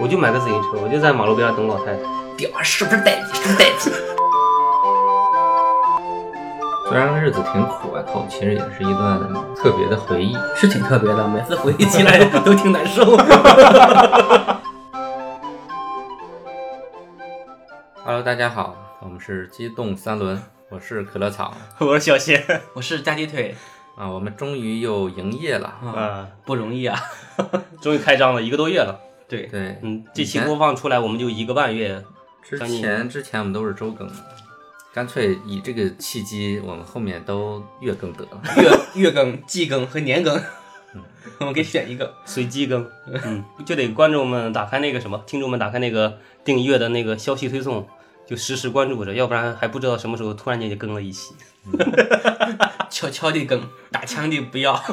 我就买个自行车，我就在马路边上等老太太，屌啊，是不是代币？是不是代币？ 虽然日子挺苦啊，头其实也是一段特别的回忆， 是挺特别的，每次回忆起来都挺难受。 Hello， 大家好，我们是机动三轮，我是可乐草， 我是小谢， 我是大鸡腿啊，我们终于又营业了啊， 不容易啊， 终于开张了，1个多月了。 对， 这期播放出来我们就1个半月。 之前我们都是周更，干脆以这个契机，我们后面都月更得了， 月更、季更和年更，我们可以选一个随机更，就得观众们打开那个什么，听众们打开那个订阅的那个消息推送，就实时关注着，要不然还不知道什么时候突然间就更了一期。 悄悄地更，打枪的不要。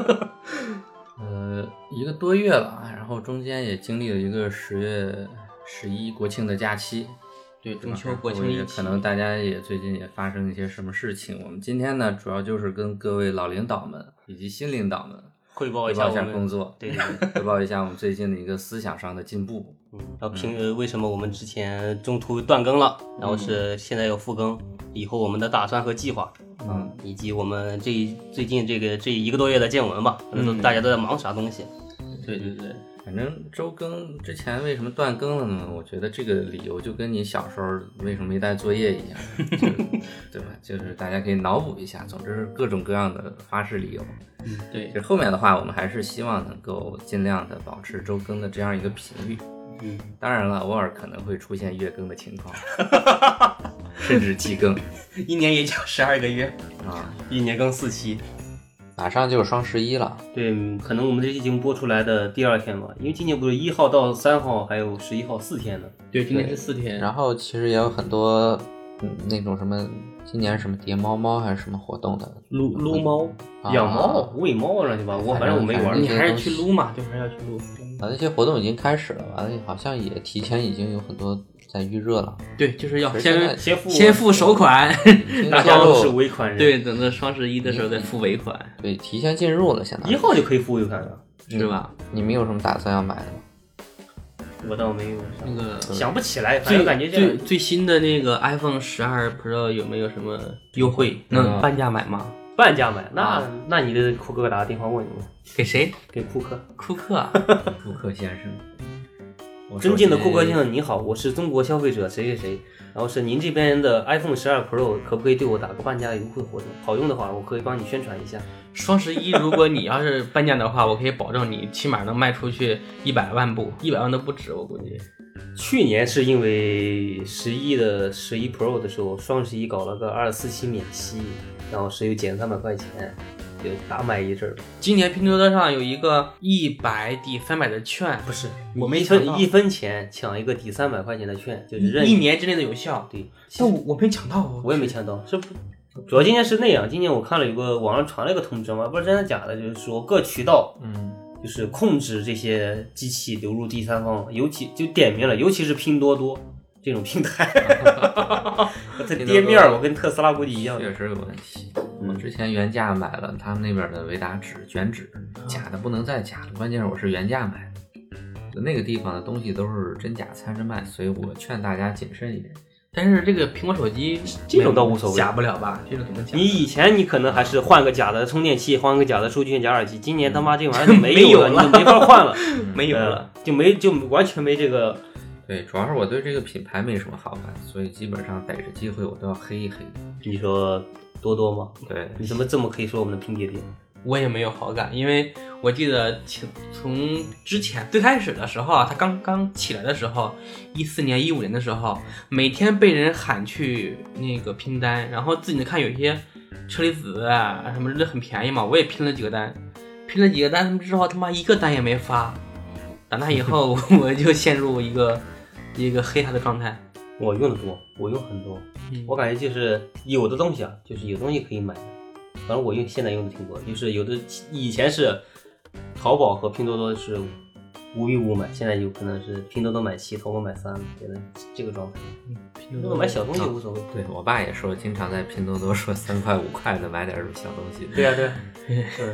1个多月了，然后中间也经历了一个10月11国庆的假期。 对，中秋国庆一起， 可能大家也最近也发生一些什么事情。我们今天呢，主要就是跟各位老领导们以及新领导们汇报一下工作， 对， 汇报一下我们最近的一个思想上的进步。 然后为什么我们之前中途断更了，然后是现在要复更，以后我们的打算和计划，以及我们最近这1个多月的见闻吧，大家都在忙啥东西。 对， 反正周更之前为什么断更了呢？我觉得这个理由就跟你小时候为什么没带作业一样，对吧？就是大家可以脑补一下，总之各种各样的发誓理由。 对， 就后面的话，我们还是希望能够尽量的保持周更的这样一个频率。当然了，偶尔可能会出现月更的情况，甚至季更， 一年也就12个月啊 ，1年更4期。 马上就是双11了， 对，可能我们这期节目播出来的第2天吧，因为今年不是1号到3号，还有11号4天呢。 对，今年是4天。 然后其实也有很多那种什么，今年什么叠猫猫还是什么活动的， 撸猫、养猫、喂猫乱七八糟，反正我没玩。 你还是去撸嘛，就还是要去撸。 那些活动已经开始了，完了好像也提前已经有很多在预热了。 对，就是要先付首款， 大家都是尾款人。 对，等到双11的时候再付尾款。 对，提前进入了，现在 1号就可以付尾款了， 是吧？ 你们有什么打算要买的吗？ 我倒没有那个想不起来，反正感觉最新的那个 iPhone 12 Pro 有没有什么优惠？能半价买吗？ 半价买？那你的库克打个电话问你， 给谁？ 给库克。 库克先生。 尊敬的库克先生，你好，我是中国消费者谁谁谁，然后是您这边的 iPhone 12 Pro 可不可以对我打个半价优惠活动？好用的话，我可以帮你宣传一下。 双11，如果你要是半价的话，我可以保证你起码能卖出去100万部，100万都不止，我估计。 去年是因为11 Pro 的时候，双11搞了个24期免息，然后是又减300块钱，就大卖一阵儿。 今年拼多多上有一个100抵300的券， 不是我没抢到 1分钱抢一个抵300块钱的券，就是 1年之内的有效。 对， 但我没抢到， 我也没抢到，是不？主要今年是那样，今年我看了有个网上传了一个通知嘛，不知道真的假的，就是说各渠道，就是控制这些机器流入第三方，尤其就点名了，尤其是拼多多这种平台，它跌面我跟特斯拉估计一样， 确实有问题。我之前原价买了他们那边的维达纸卷纸，假的不能再假了，关键是我是原价买的，那个地方的东西都是真假掺着卖，所以我劝大家谨慎一点。 但是这个苹果手机这种倒无所谓， 假不了吧？这种怎么假？ 你以前你可能还是换个假的充电器，换个假的数据线、假耳机，今年他妈这玩意儿没有了，你就没法换了， 没有了， 就完全没这个。 对，主要是我对这个品牌没什么好感，所以基本上逮着机会我都要黑一黑。 你说多多吗？ 对， 你怎么这么可以说我们的拼爹爹？ 我也没有好感，因为我记得从之前最开始的时候啊，他刚起来的时候，14年、15年的时候，每天被人喊去那个拼单，然后自己看有些车厘子啊什么的很便宜嘛，我也拼了几个单之后，他妈一个单也没发。打那以后，我就陷入一个黑他的状态。 我用的多，我用很多，我感觉就是有的东西啊，就是有东西可以买的。反正我现在用的挺多，就是有的以前是淘宝和拼多多是5比5买，现在有可能是拼多多买7，淘宝买3，现在这个状态。拼多多买小东西无所谓。 对我爸也说，经常在拼多多说3块5块的买点什么小东西。 对啊，对。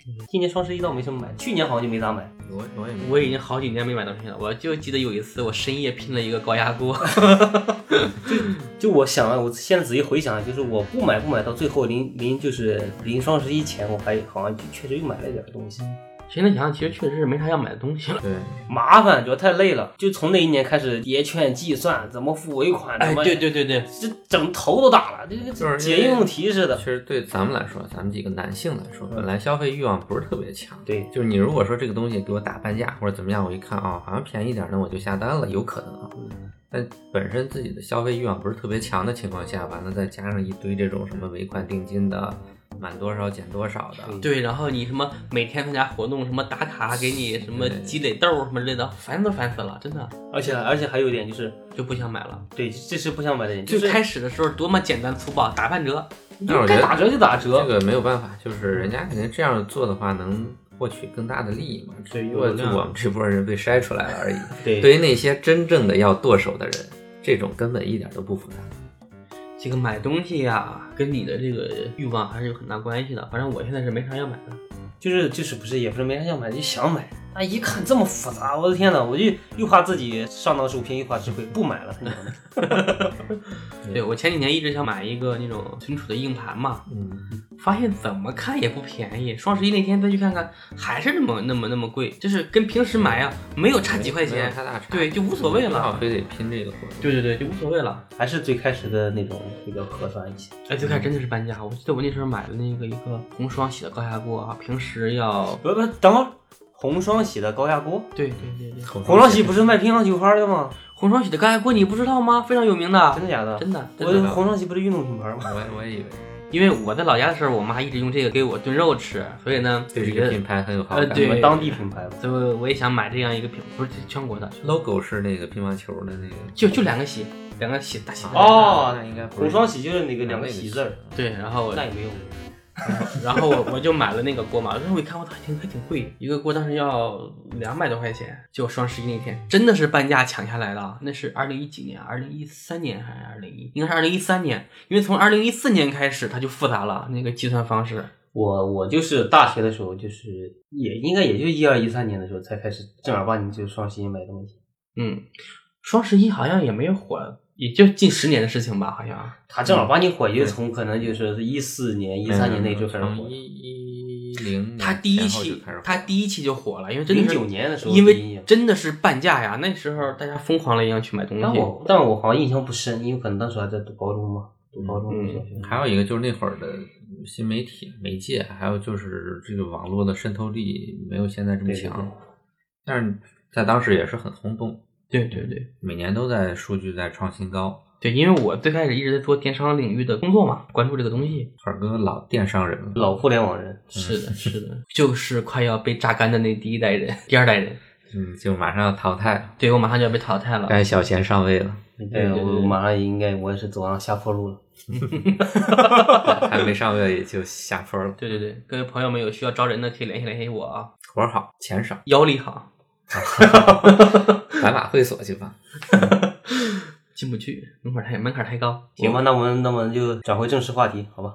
今年双十一倒没什么买，去年好像就没咋买。 我已经好几年没买东西了，我就记得有一次我深夜拼了一个高压锅。 就我想啊，我现在仔细回想，就是我不买到最后临双十一前，我还好像确实又买了一点东西。 现在想想，其实确实是没啥要买的东西了。 对， 麻烦，主要太累了。就从那一年开始，结券计算，怎么付尾款，怎么对， 这整头都大了，这解应用题似的。 其实对咱们来说，咱们几个男性来说，本来消费欲望不是特别强。 对， 就是你如果说这个东西给我打半价或者怎么样，我一看啊，好像便宜点，那我就下单了，有可能啊。但本身自己的消费欲望不是特别强的情况下，完了再加上一堆这种什么尾款定金的。满多少减多少的， 对，然后你什么每天参加活动，什么打卡给你什么积累豆什么之类的，烦死了，真的。 而且还有一点就不想买了。 对，这是不想买的点。 最开始的时候多么简单粗暴，打半折， 该打折就打折， 这个没有办法，就是人家肯定这样做的话，能获取更大的利益嘛。只不过就我们这波人被筛出来了而已。对于那些真正的要剁手的人，这种根本一点都不复杂。 这个买东西呀，跟你的这个欲望还是有很大关系的。反正我现在是没啥要买的， 就是不是也不是没啥要买，就想买。啊，一看这么复杂，我的天哪！我就又怕自己上当受骗，又怕吃亏，不买了。 对，我前几年一直想买一个那种存储的硬盘嘛，发现怎么看也不便宜。双十一那天再去看看，还是那么贵，就是跟平时买啊没有差几块钱， 太大差， 对，就无所谓了。 非得拼这个活动， 对，就无所谓了。 还是最开始的那种比较合算一些。 哎，最开始真的是半价。我记得我那时候买的一个红双喜的高压锅啊，平时要不等会儿。红双喜的高压锅， 对， 红双喜不是卖乒乓球拍的吗？ 红双喜的高压锅你不知道吗？非常有名的。 真的假的？ 真的。 红双喜不是运动品牌吗？ 我也以为， 因为我在老家的时候，我妈一直用这个给我炖肉吃，所以呢， 对这个品牌很有好感。 对， 当地品牌吧。 所以我也想买这样一个不是全国的 logo 是那个乒乓球的那个， 就两个喜大喜。 哦， 那应该红双喜就是那个两个喜字儿。 对，然后那也没用。 然后我就买了那个锅嘛，然后我一看我还挺贵，一个锅当时要200多块钱，就双十一那天真的是半价抢下来了。那是2010几年，2013年还是2011？应该是2013年，因为从2014年开始它就复杂了那个计算方式。 我就是大学的时候，就是应该也就12、13年的时候才开始正儿八经就双十一买东西。 双十一好像也没有火。也就近10年的事情吧，好像。 他正儿八经火，也从可能就是14年、13年那时候开始火。 10年他第一期就火了，因为真的是 09年的时候， 因为真的是半价呀，那时候大家疯狂了一样去买东西。 但我好像印象不深，因为可能当时还在读高中嘛， 还有一个就是那会儿的新媒体媒介，还有就是这个网络的渗透力没有现在这么强，但是在当时也是很轰动。 对， 每年都在数据在创新高。 对，因为我最开始一直在做电商领域的工作嘛，关注这个东西。 尔哥老电商人， 老互联网人。 是的，就是快要被榨干的那第2代人。 就马上要淘汰了。 对，我马上就要被淘汰了。 该小贤上位了。 对，我马上我也是走上下坡路了。 还没上位也就下坡了。 对，各位朋友们有需要招人的可以联系我啊。 活好，钱少， 腰力好。 白马会所去吧。 进不去，门槛太高。 行吧，那我们就转回正式话题，好吧？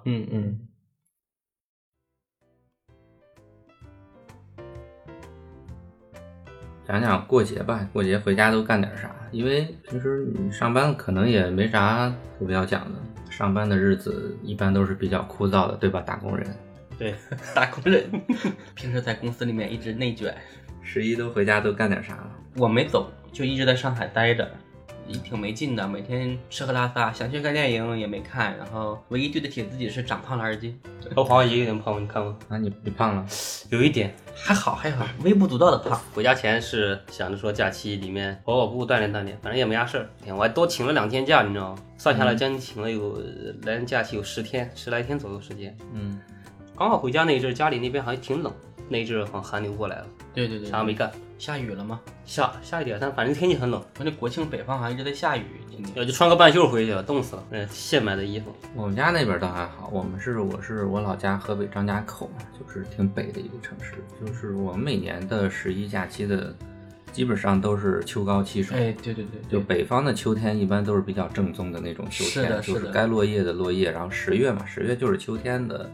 讲讲过节吧，过节回家都干点啥？因为平时你上班可能也没啥特别要讲的，上班的日子一般都是比较枯燥的，对吧？打工人。 对，打工人。平时在公司里面一直内卷。 11都回家都干点啥了？ 我没走，就一直在上海待着，也挺没劲的，每天吃喝拉撒，想去看电影也没看，然后唯一对得起自己是长胖了2斤。 我好像也有点胖，你看过？ 啊，你胖了？ 有一点， 还好，微不足道的胖。 回家前是想着说假期里面跑步锻炼，反正也没啥事儿。我还多请了2天假，你知道吗？算下来将近请了来年假期有10来天左右时间。刚好回家那一阵，家里那边好像挺冷，那一阵好像寒流过来了。 对， 啥没干。 下雨了吗？ 下一点，但反正天气很冷。 那国庆北方好像一直在下雨，今天就穿个半袖回去了，冻死了。现买的衣服。 我们家那边倒还好，我老家河北张家口嘛，就是挺北的一个城市。就是我们每年的11假期的，基本上都是秋高气爽。 对， 就北方的秋天一般都是比较正宗的那种秋天， 是的， 就是该落叶的落叶，然后10月嘛，10月就是秋天的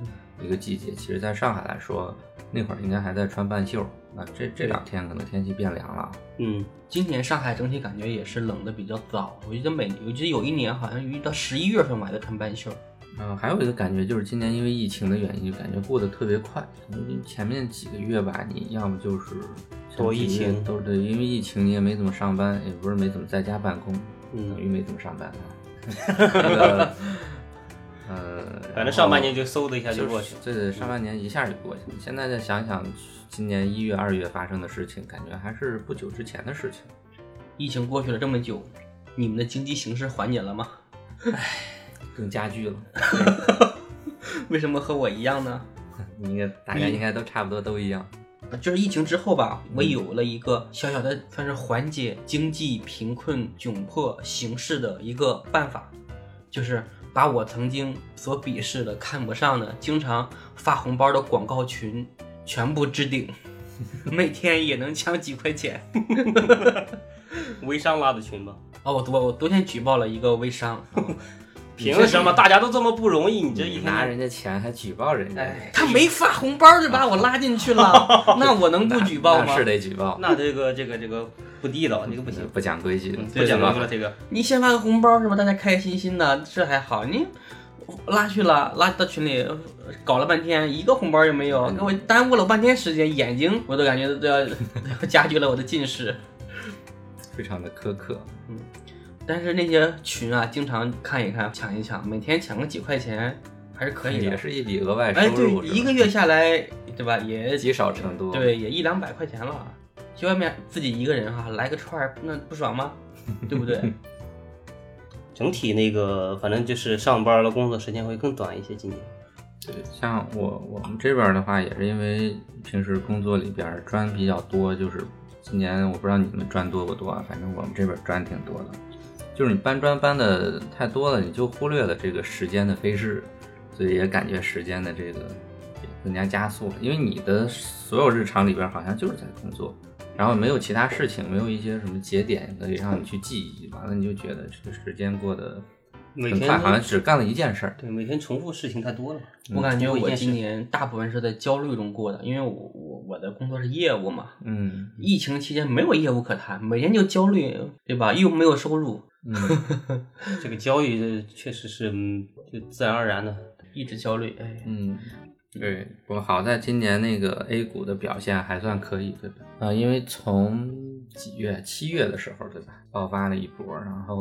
一个季节。其实在上海来说，那会儿应该还在穿半袖，那这2天可能天气变凉了。 今年上海整体感觉也是冷的比较早，我记得有一年好像遇到11月份我还在穿半袖。 还有一个感觉就是今年因为疫情的原因，就感觉过得特别快。因为前面几个月吧，你要么就是多疫情， 都是对，因为疫情你也没怎么上班，也不是没怎么在家办公，等于没怎么上班啊。 反正上半年就嗖的一下就过去了。 对，上半年一下就过去了。现在再想想今年1月、2月发生的事情，感觉还是不久之前的事情。 疫情过去了这么久，你们的经济形势缓解了吗？ 更加剧了。 为什么和我一样呢？ 大家应该都差不多都一样。 就是疫情之后吧，我有了一个小小的算是缓解经济贫困窘迫形势的一个办法，就是把我曾经所鄙视的、看不上的、经常发红包的广告群全部置顶，每天也能抢几块钱。 微商拉的群吧？ 我昨天举报了一个微商。 凭什么大家都这么不容易？你这一天拿人家钱还举报人家？ 他没发红包就把我拉进去了，那我能不举报吗？ 那是得举报。 那这个不地道，这个不行， 不讲规矩， 不讲规矩了。这个你先发个红包是吧？大家开开心心的，这还好。你拉到群里，搞了半天一个红包也没有，给我耽误了半天时间，眼睛我都感觉都要加剧了我的近视， 非常的苛刻。 但是那些群啊，经常看一看，抢一抢，每天抢个几块钱，还是可以的， 也是一笔额外收入。 对，一个月下来，对吧？也积少成多， 对，也100-200块钱了。去外面自己一个人来个串，那不爽吗？对不对？ 整体反正就是上班了，工作时间会更短一些。今年， 对，像我们这边的话，也是因为平时工作里边砖比较多，就是今年我不知道你们砖多不多，反正我们这边砖挺多的。就是你搬砖搬的太多了，你就忽略了这个时间的飞逝，所以也感觉时间的这个也更加加速了。因为你的所有日常里边好像就是在工作，然后没有其他事情，没有一些什么节点可以让你去记忆，完了你就觉得这个时间过得很快，好像只干了一件事儿。 对，每天重复事情太多了。 我感觉我今年大部分是在焦虑中过的，因为我的工作是业务嘛，疫情期间没有业务可谈，每天就焦虑，对吧？又没有收入。 这个焦虑确实是就自然而然的， 一直焦虑。 对，不过好在今年那个 A 股的表现还算可以，对吧？因为从几月7月的时候，对吧，爆发了一波，然后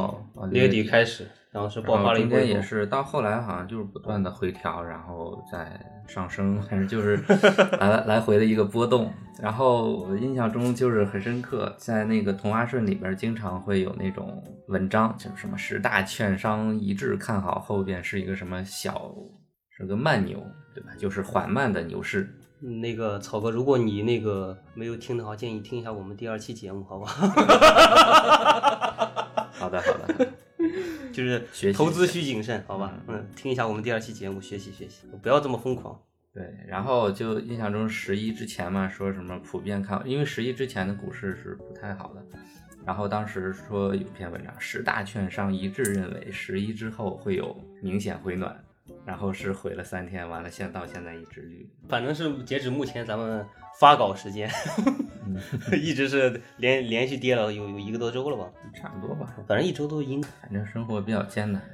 6月底开始，然后是爆发了一波， 中间也是到后来好像就是不断的回调，然后再上升，反正就是来回的一个波动。然后我印象中就是很深刻，在那个同花顺里边经常会有那种文章，就是什么10大券商一致看好后边是一个什么是个慢牛，对吧？就是缓慢的牛市。 草哥，如果你没有听的话，建议听一下我们第2期节目，好吧？ 好的， 就是投资需谨慎，好吧？听一下我们第2期节目，学习，不要这么疯狂。 对，然后就印象中11之前嘛，说什么普遍看好，因为11之前的股市是不太好的。然后当时说有篇文章，10大券商一致认为11之后会有明显回暖。然后是回了3天，完了到现在一直绿， 反正是截止目前咱们发稿时间，一直是连续跌了有1个多周了吧， 差不多吧， 反正1周都阴， 反正生活比较艰难。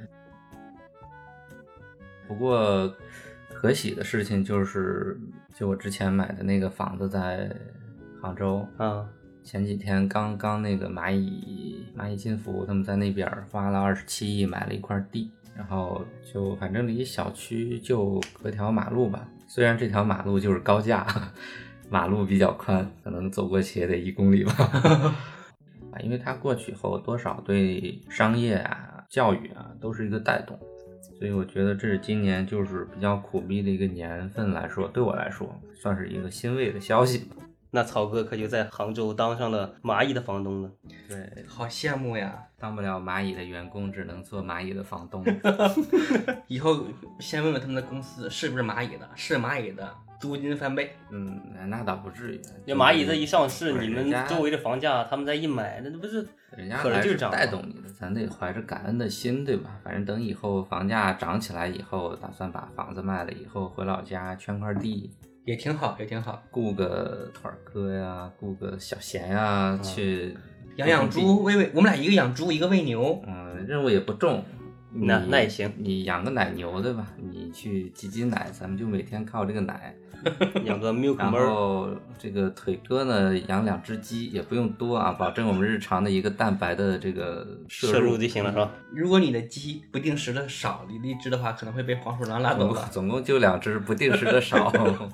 不过可喜的事情就我之前买的那个房子在杭州啊， 前几天刚那个蚂蚁金服他们在那边花了27亿买了一块地。然后就反正离小区就隔条马路吧，虽然这条马路就是高架，马路比较宽，可能走过去也得1公里吧。因为它过去后多少对商业啊、教育啊都是一个带动，所以我觉得这是今年就是比较苦逼的一个年份来说，对我来说算是一个欣慰的消息。 那曹哥可就在杭州当上了蚂蚁的房东了。 对， 好羡慕呀！ 当不了蚂蚁的员工，只能做蚂蚁的房东。 以后先问问他们的公司是不是蚂蚁的，是蚂蚁的，租金翻倍。 那倒不至于。 这蚂蚁这一上市， 不是你们周围的房价他们再一买，那不是人家可能就是涨带动你的，咱得怀着感恩的心，对吧？反正等以后房价涨起来以后，打算把房子卖了以后回老家圈块地， 也挺好，也挺好。 雇个团哥呀，雇个小贤呀，去养猪，喂，我们俩一个养猪，一个喂牛。 任务也不重。 那也行， 你养个奶牛对吧？你去挤奶，咱们就每天靠这个奶。 养个 milk 然后这个腿哥呢，养2只鸡，也不用多啊，保证我们日常的一个蛋白的这个摄入就行了，是吧？ 如果你的鸡不定时的少了一只的话，可能会被黄鼠狼拉走了。 总共就2只，不定时的少。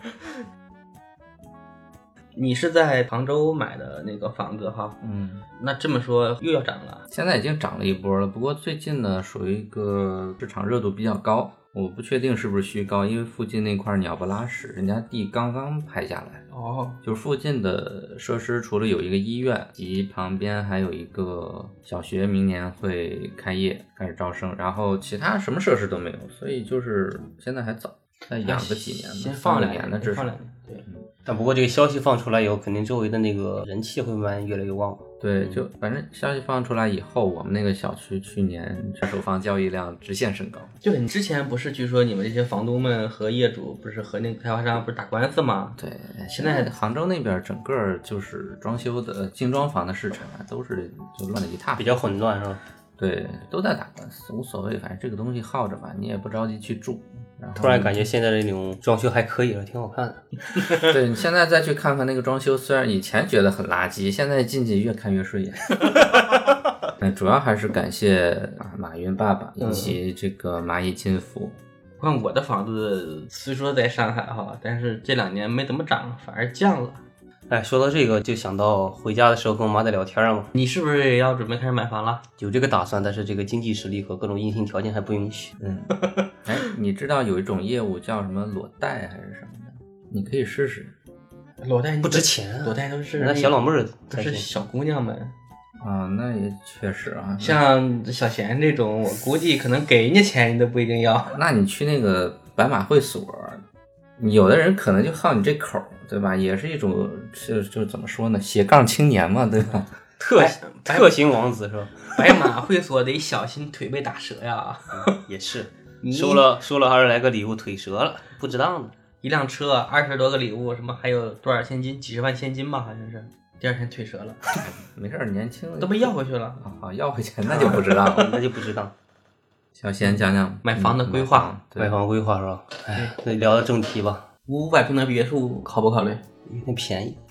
你是在杭州买的那个房子哈？那这么说又要涨了。 现在已经涨了一波了，不过最近呢，属于一个市场热度比较高。我不确定是不是虚高，因为附近那块鸟不拉屎，人家地刚刚拍下来。就是附近的设施除了有一个医院，及旁边还有一个小学，明年会开业开始招生，然后其他什么设施都没有，所以就是现在还早，再养个几年呢， 先放 2年呢，至少。 对。 但不过这个消息放出来以后，肯定周围的那个人气会慢慢越来越旺。 对，就反正消息放出来以后，我们那个小区去年二手房交易量直线升高。 就你之前不是据说你们这些房东们和业主不是和那个开发商不是打官司吗？ 对，现在杭州那边整个就是装修的精装房的市场都是就乱得一塌糊涂， 比较混乱是吧？ 对，都在打官司，无所谓，反正这个东西耗着吧，你也不着急去住。 突然感觉现在这种装修还可以了，挺好看的。 对，你现在再去看看那个装修，虽然以前觉得很垃圾，现在进去越看越顺眼。主要还是感谢马云爸爸以及这个蚂蚁金服。 看我的房子虽说在上海哈，但是这2年没怎么涨，反而降了。 哎，说到这个就想到回家的时候跟我妈在聊天嘛。 你是不是也要准备开始买房了？ 有这个打算，但是这个经济实力和各种硬性条件还不允许。 哎，你知道有一种业务叫什么裸贷还是什么的？你可以试试。 裸贷不值钱啊， 裸贷都是那小老妹儿， 都是小姑娘们啊，那也确实啊。 像小贤这种，我估计可能给人家钱你都不一定要。 那你去那个白马会所，有的人可能就好你这口，对吧？也是一种就怎么说呢，斜杠青年嘛，对吧？ 特型王子是吧？ 白马会所得小心腿被打折呀。 也是，收了20来个礼物，腿折了，不值当的。 一辆车20多个礼物，什么还有多少现金，几十万现金吧，好像是。第2天腿折了。 没事，年轻都被要回去了。 好，要回去那就不知道了， 那就不知道。 小贤讲讲买房的规划， 买房规划是吧？哎，那聊到正题吧。 500平的别墅考不考虑？ 有点便宜。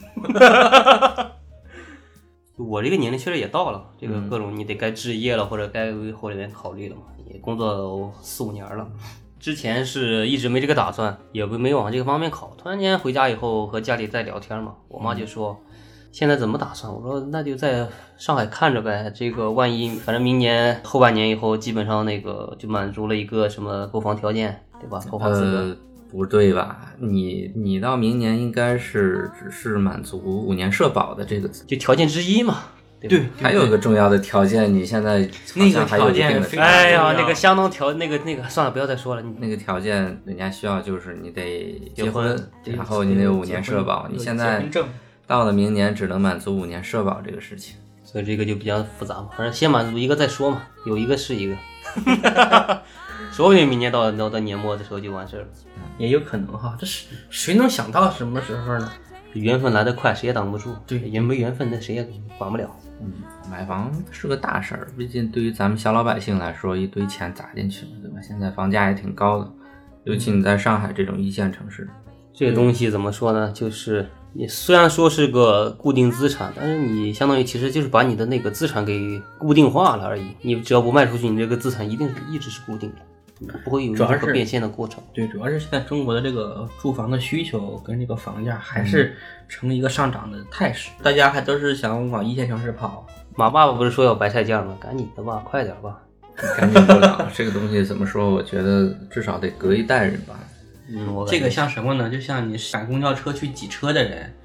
我这个年龄确实也到了，这个各种你得该置业了，或者该为后面考虑了嘛。也工作4-5年了，之前是一直没这个打算，也没往这个方面考。突然间回家以后和家里在聊天嘛，我妈就说。现在怎么打算？我说那就在上海看着呗。这个万一反正明年后半年以后，基本上那个就满足了一个什么购房条件，对吧？购房资格。 不对吧？你到明年应该是只是满足5年社保的这个， 就条件之一嘛。 对， 还有一个重要的条件，你现在那个条件非常重要。 哎呀，那个相当那个算了，不要再说了。 那个条件人家需要就是你得结婚，然后你得有5年社保。你现在到了明年只能满足5年社保这个事情， 所以这个就比较复杂嘛。反正先满足一个再说嘛，有一个是一个。说不定明年到年末的时候就完事了， 也有可能哈。这是谁能想到什么时候呢？ 缘分来得快，谁也挡不住。 对， 也没缘分，那谁也管不了。 买房是个大事儿，毕竟对于咱们小老百姓来说，一堆钱砸进去了，对吧？现在房价也挺高的，尤其你在上海这种1线城市， 这个东西怎么说呢？就是你虽然说是个固定资产，但是你相当于其实就是把你的那个资产给固定化了而已。你只要不卖出去，你这个资产一直是固定的，不会有任何变现的过程。 对，主要是现在中国的这个住房的需求跟这个房价还是呈一个上涨的态势，大家还都是想往1线城市跑。 马爸爸不是说要白菜价吗？赶紧的吧，快点吧。 赶紧不了。这个东西怎么说？我觉得至少得隔一代人吧。 这个像什么呢？就像你赶公交车去挤车的人，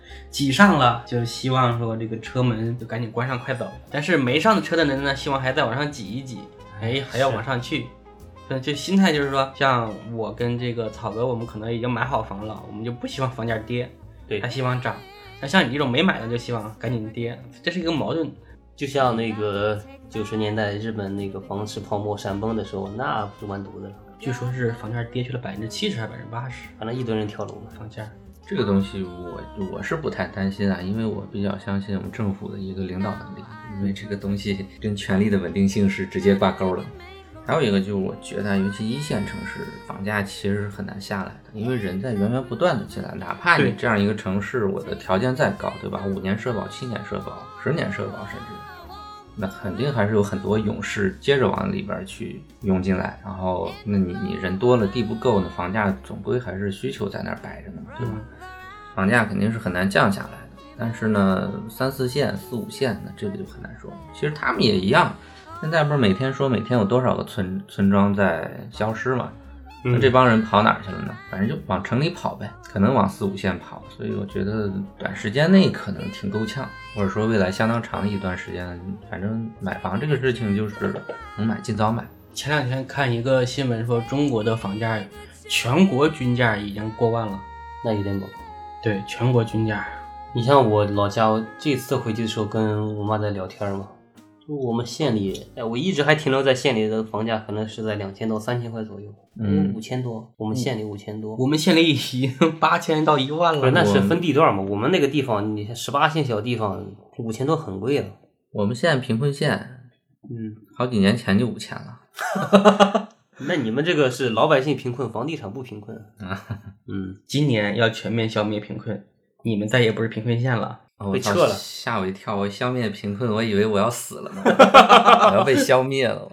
挤上了就希望说这个车门就赶紧关上快走，但是没上的车的人呢，希望还再往上挤一挤，还要往上去。这心态就是说，像我跟这个草哥，我们可能已经买好房了，我们就不希望房价跌， 对， 他希望涨。那像你这种没买的就希望赶紧跌，这是一个矛盾。 就像那个90年代日本那个房市泡沫闪崩的时候，那不是完犊子了。 据说是房价跌去了70%还是80%， 反正一堆人跳楼了。 房价这个东西我是不太担心啊，因为我比较相信我们政府的一个领导能力，因为这个东西跟权力的稳定性是直接挂钩的。还有一个就是我觉得，尤其一线城市房价其实是很难下来的，因为人在源源不断的进来，哪怕你这样一个城市，我的条件再高，对吧？5年社保、7年社保、10年社保，甚至那肯定还是有很多勇士接着往里边去涌进来，然后那你人多了，地不够，那房价总归还是需求在那儿摆着呢，对吧？房价肯定是很难降下来的。但是呢，3、4线、4、5线，那这个就很难说。其实他们也一样。现在不是每天说每天有多少个村庄在消失嘛？那这帮人跑哪儿去了呢？反正就往城里跑呗，可能往4、5线跑。所以我觉得短时间内可能挺够呛，或者说未来相当长的一段时间，反正买房这个事情就是能买尽早买。 前2天看一个新闻说，中国的房价全国均价已经过万了， 那有点猛。 对，全国均价。 你像我老家，我这次回去的时候跟我妈在聊天嘛。我们县里，我一直还停留在县里的房价，可能是在2000到3000块左右，5000多。我们县里5000多， 我们县里已经8000到1万了。 不是，那是分地段嘛。我们那个地方，你18线小地方，5000多很贵了。 我们县贫困县，好几年前就5000了。 那你们这个是老百姓贫困，房地产不贫困啊？ 今年要全面消灭贫困，你们再也不是贫困县了。 被撤了， 吓我一跳！我消灭贫困，我以为我要死了呢，我要被消灭了。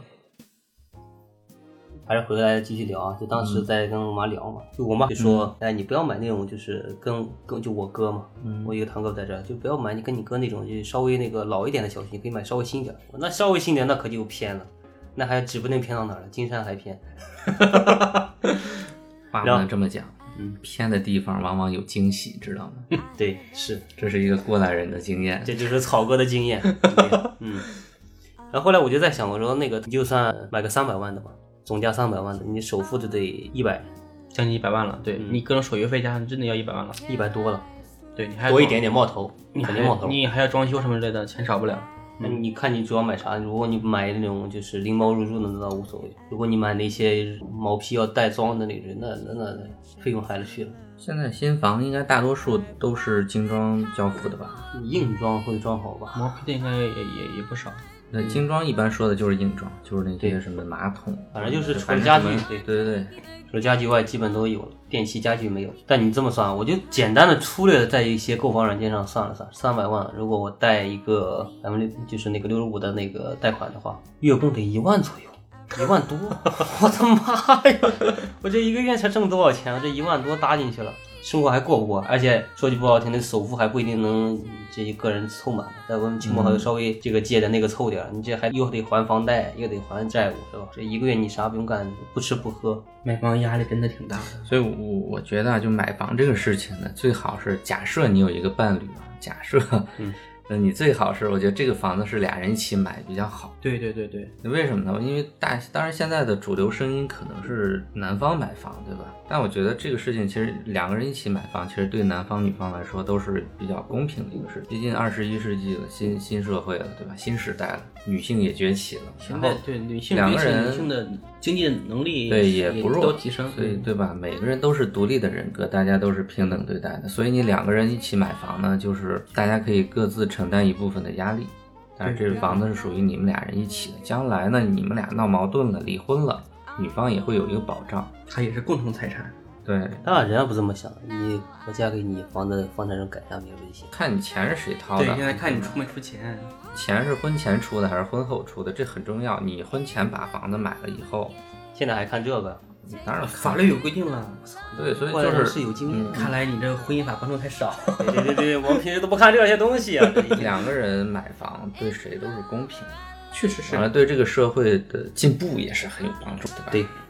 还是回来继续聊啊！就当时在跟我妈聊嘛，就我妈就说：“哎，你不要买那种，就是跟就我哥嘛，我一个堂哥在这儿，就不要买你跟你哥那种，就稍微那个老一点的小区，你可以买稍微新点。那稍微新点，那可就偏了，那还指不定偏到哪儿了，金山还偏。 话不能这么讲。”偏的地方往往有惊喜，知道吗？ 对，是， 这是一个过来人的经验， 这就是草哥的经验。然后后来我就在想，我说那个你就算买个300万的吧，总价300万的，你首付就得100， 将近100万了。对，你各种手续费加上真的要100万了 ，100多了。 对，你还多一点点冒头，肯定冒头， 你还要装修什么之类的，钱少不了。 那你看你主要买啥？如果你买那种就是拎包入住的，那倒无所谓。如果你买那些毛坯要带装的那种，那费用还是去了。 现在新房应该大多数都是精装交付的吧？ 硬装会装好吧？ 毛坯的应该也不少。 那精装一般说的就是硬装，就是那些什么马桶， 反正就是除了家具， 对， 除了家具外基本都有了，电器家具没有。但你这么算，我就简单的粗略的在一些购房软件上算了算，300万，如果我贷一个就是那个65%的那个贷款的话，月供得1万左右，1万多，我的妈呀！我这一个月才挣多少钱啊？这1万多搭进去了。生活还过不过，而且说句不好听的，首付还不一定能这一个人凑满，在我们亲朋好友稍微这个借的那个凑点，你这还又得还房贷，又得还债务，是吧？这一个月你啥不用干，不吃不喝， 买房压力真的挺大的。 所以我觉得就买房这个事情呢，最好是假设你有一个伴侣啊，假设那你最好是，我觉得这个房子是俩人一起买比较好。 对， 为什么呢？因为当然现在的主流声音可能是男方买房，对吧？但我觉得这个事情其实2个人一起买房，其实对男方女方来说都是比较公平的一个事。毕竟21世纪了，新社会了，对吧？新时代了，女性也崛起了。 现在对女性 2个人女性的经济能力也不弱， 都提升， 所以对吧？每个人都是独立的人格，大家都是平等对待的。所以你2个人一起买房呢，就是大家可以各自承担一部分的压力，但是这个房子是属于你们俩人一起的。将来呢，你们俩闹矛盾了，离婚了，女方也会有一个保障， 它也是共同财产。 对， 当然人家不这么想，我嫁给你，房产证改下没有危险， 看你钱是谁掏的。 对，现在看你出没出钱， 钱是婚前出的还是婚后出的，这很重要。你婚前把房子买了以后， 现在还看这个？ 当然法律有规定了。 对，所以就是有经验。 看来你这个婚姻法关注太少。 对，我们平时都不看这些东西啊。 2个人买房对谁都是公平的， 确实是。 完了，对这个社会的进步也是很有帮助的吧？ 对，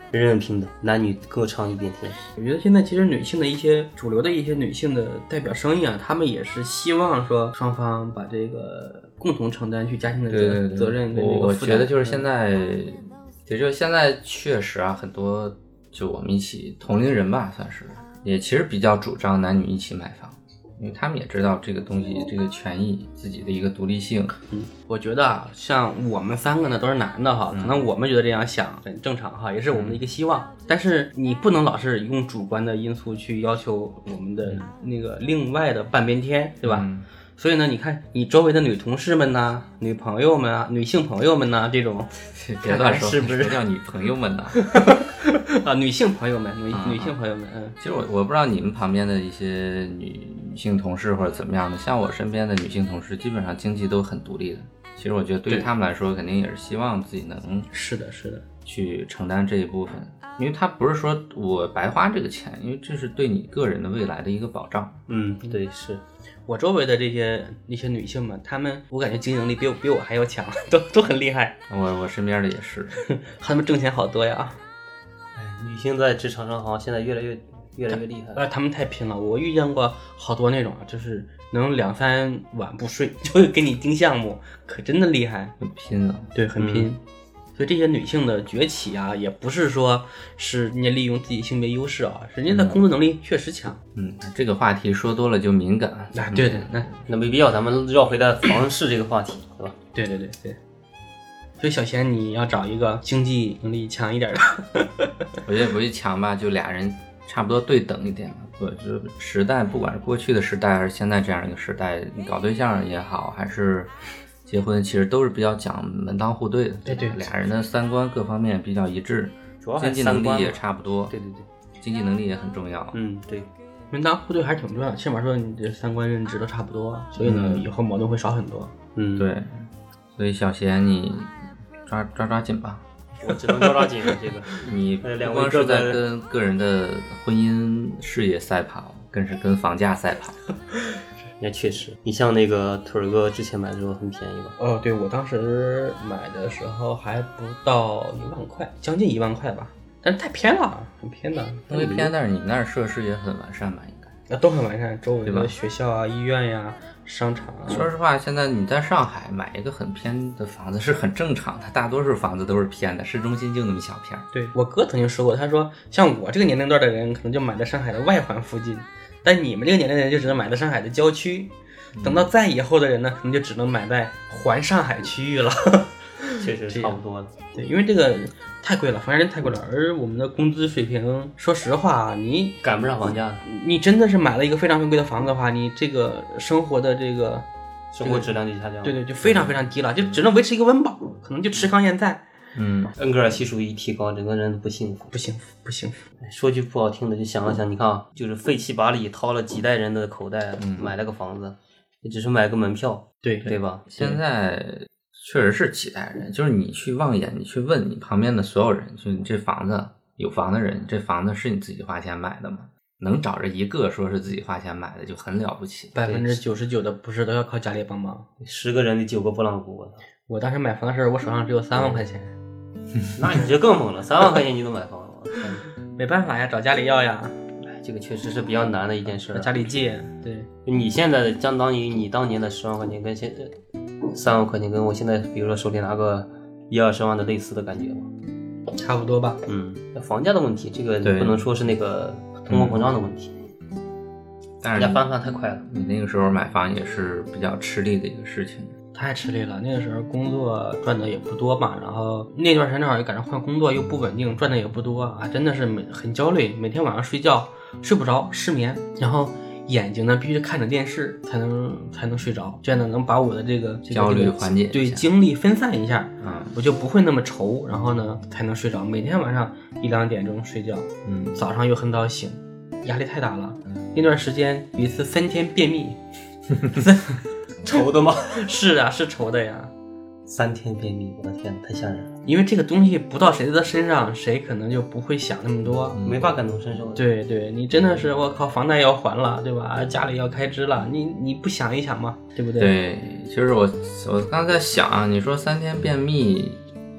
人人平等，男女各尝一边天。 我觉得现在其实女性的一些主流的一些女性的代表声音啊，她们也是希望说双方把这个共同承担去家庭的责任跟这个负担。 我觉得就是现在，也就是现在确实啊，很多就我们一起同龄人吧，算是也其实比较主张男女一起买房。因为他们也知道这个东西，这个权益，自己的一个独立性。 我觉得啊，像我们3个呢都是男的哈，可能我们觉得这样想很正常哈，也是我们的一个希望。但是你不能老是用主观的因素去要求我们的那个另外的半边天，对吧？所以呢，你看你周围的女同事们呐、女朋友们啊、女性朋友们呐，这种， 别乱说， 是不是叫女朋友们呢？ 啊，女性朋友们，女性朋友们， 其实我不知道你们旁边的一些女性同事或者怎么样的，像我身边的女性同事，基本上经济都很独立的。其实我觉得对于他们来说，肯定也是希望自己能是的去承担这一部分，因为他不是说我白花这个钱，因为这是对你个人的未来的一个保障。 对，是我周围的那些女性们，她们我感觉经济能力比我还要强，都很厉害。 我身边的也是， 她们挣钱好多呀。 女性在职场上好像现在越来越厉害。 她们太拼了，我遇见过好多那种就是能2-3晚不睡就会给你盯项目，可真的厉害， 很拼啊。 对，很拼。所以这些女性的崛起啊，也不是说是人家利用自己性别优势啊，人家的工作能力确实强。 这个话题说多了就敏感。 对， 那没必要，咱们绕回到房市这个话题，对吧？ 对。所以小贤，你要找一个经济能力强一点的。 我觉得不是强吧，就俩人差不多对等一点吧。我觉得时代，不管是过去的时代还是现在这样一个时代，你搞对象也好，还是结婚，其实都是比较讲门当户对的。 对， 俩人的三观各方面比较一致， 主要经济能力也差不多。 对， 经济能力也很重要。 对， 门当户对还是挺重要的，起码说你这三观认知都差不多，所以呢，以后矛盾会少很多。 对，所以小贤你抓紧吧。 我只能抓紧了这个。 你不光是在跟个人的婚姻事业赛跑，更是跟房价赛跑。 也确实，你像那个腿儿哥之前买的时候很便宜吧？ 对，我当时买的时候还不到1万块，将近1万块吧，但是太偏了，很偏的。 因为偏，但是你那儿设施也很完善吧？应该都很完善，周围的学校啊、医院呀、商场啊。 说实话，现在你在上海买一个很偏的房子是很正常的，大多数房子都是偏的，市中心就那么小片。 对，我哥曾经说过，他说像我这个年龄段的人，可能就买在上海的外环附近。但你们这个年龄的人就只能买在上海的郊区，等到再以后的人呢，可能就只能买在环上海区域了。 确实差不多了。 对，因为这个太贵了，房价真太贵了，而我们的工资水平，说实话，你赶不上房价。 你真的是买了一个非常贵的房子的话，你这个生活的这个生活质量就下降了。 对，就非常非常低了，就只能维持一个温饱，可能就吃糠咽菜。 恩格尔系数一提高，整个人都不幸福。 不幸福。 说句不好听的，就想了想，你看啊，就是废气拔里掏了几代人的口袋，买了个房子，也只是买个门票，对吧？ 现在确实是几代人，就是你去望眼，你去问你旁边的所有人，就你这房子有房的人，这房子是你自己花钱买的吗？能找着一个说是自己花钱买的就很了不起。 99%的不是都要靠家里帮忙 ，10个人的9个不让顾。 我当时买房的时候，我手上只有3万块钱。 那你这更猛了，3万块钱你都买房了， 没办法呀，找家里要呀。 这个确实是比较难的一件事。 找家里借，对。 你现在相当于你当年的10万块钱跟现在3万块钱，跟我现在比如说手里拿个1-20万的类似的感觉吧， 差不多吧。 房价的问题，这个不能说是那个通货膨胀的问题， 但是大家翻太快了。 你那个时候买房也是比较吃力的一个事情。 太吃力了，那个时候工作赚的也不多嘛，然后那段时间正好也赶上换工作，又不稳定，赚的也不多啊，真的是很焦虑，每天晚上睡觉睡不着，失眠，然后眼睛呢必须看着电视才能睡着，这样呢能把我的这个焦虑缓解， 对，精力分散一下，我就不会那么愁，然后呢才能睡着。每天晚上1-2点钟睡觉，早上又很早醒，压力太大了。那段时间有一次3天便秘。 愁的吗？ 是啊，是愁的呀。 3天便秘，我的天，太吓人了。 因为这个东西不到谁的身上，谁可能就不会想那么多， 没法感同身受。 对，你真的是我靠，房贷要还了，对吧？家里要开支了，你不想一想吗？对不对？ 对，其实我刚才在想啊，你说3天便秘，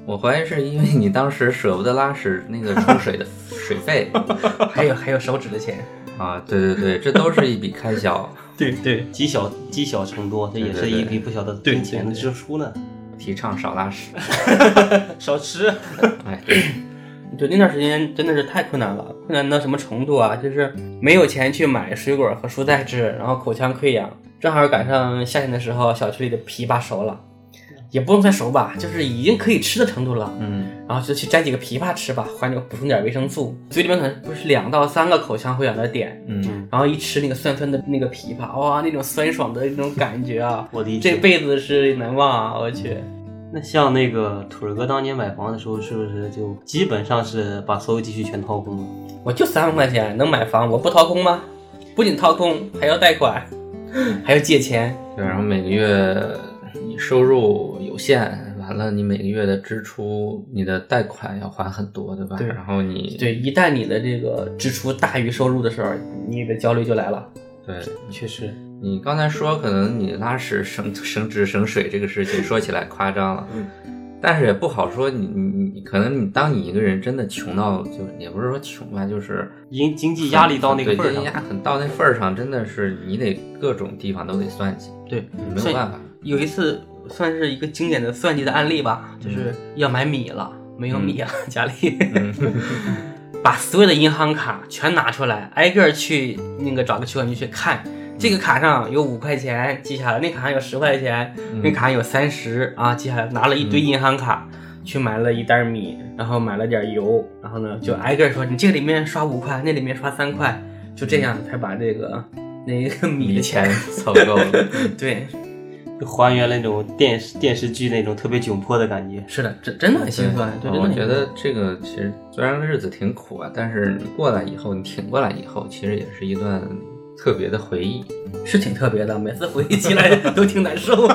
我怀疑是因为你当时舍不得拉屎那个冲水的水费， 还有手指的钱啊，对，这都是一笔开销。 对， 积小成多，这也是一笔不小的金钱的支出呢。 提倡少拉屎， 少吃。 哎， 对，那段时间真的是太困难了，困难到什么程度啊？就是没有钱去买水果和蔬菜吃，然后口腔溃疡，正好赶上夏天的时候，小区里的枇杷熟了。也不能算熟吧，就是已经可以吃的程度了。然后就去摘几个枇杷吃吧，还补充点维生素。嘴里面可能不是2到3个口腔溃疡的点，然后一吃那个酸酸的那个枇杷，哇，那种酸爽的那种感觉啊， 我的这辈子是难忘啊！我去。 那像那个腿儿哥当年买房的时候，是不是就基本上是把所有积蓄全掏空了？ 我就3万块钱能买房，我不掏空吗？不仅掏空，还要贷款，还要借钱。 对，然后每个月你收入有限，完了你每个月的支出，你的贷款要还很多，对吧？ 对， 然后你对，一旦你的这个支出大于收入的时候，你的焦虑就来了。 对， 确实。 你刚才说可能你拉屎省纸省水这个事情说起来夸张了，但是也不好说你可能当你一个人真的穷到就也不是说穷吧，就是经济压力到那个份儿上， 经济压很到那份儿上，真的是你得各种地方都得算计， 对， 你没有办法。 有一次算是一个经典的算计的案例吧，就是要买米了，没有米啊，家里。把所有的银行卡全拿出来，挨个去那个找个取款机去看，这个卡上有5块钱记下来，那卡上有10块钱，那卡上有30啊记下来，拿了一堆银行卡去买了一袋米，然后买了点油，然后呢就挨个说你这个里面刷5块，那里面刷3块，就这样才把这个那个米的钱凑够了。 对， 就还原了那种电视剧那种特别窘迫的感觉。 是的，真的很心酸。对， 我觉得这个其实虽然日子挺苦啊，但是你过来以后，你挺过来以后，其实也是一段特别的回忆， 是挺特别的，每次回忆起来都挺难受。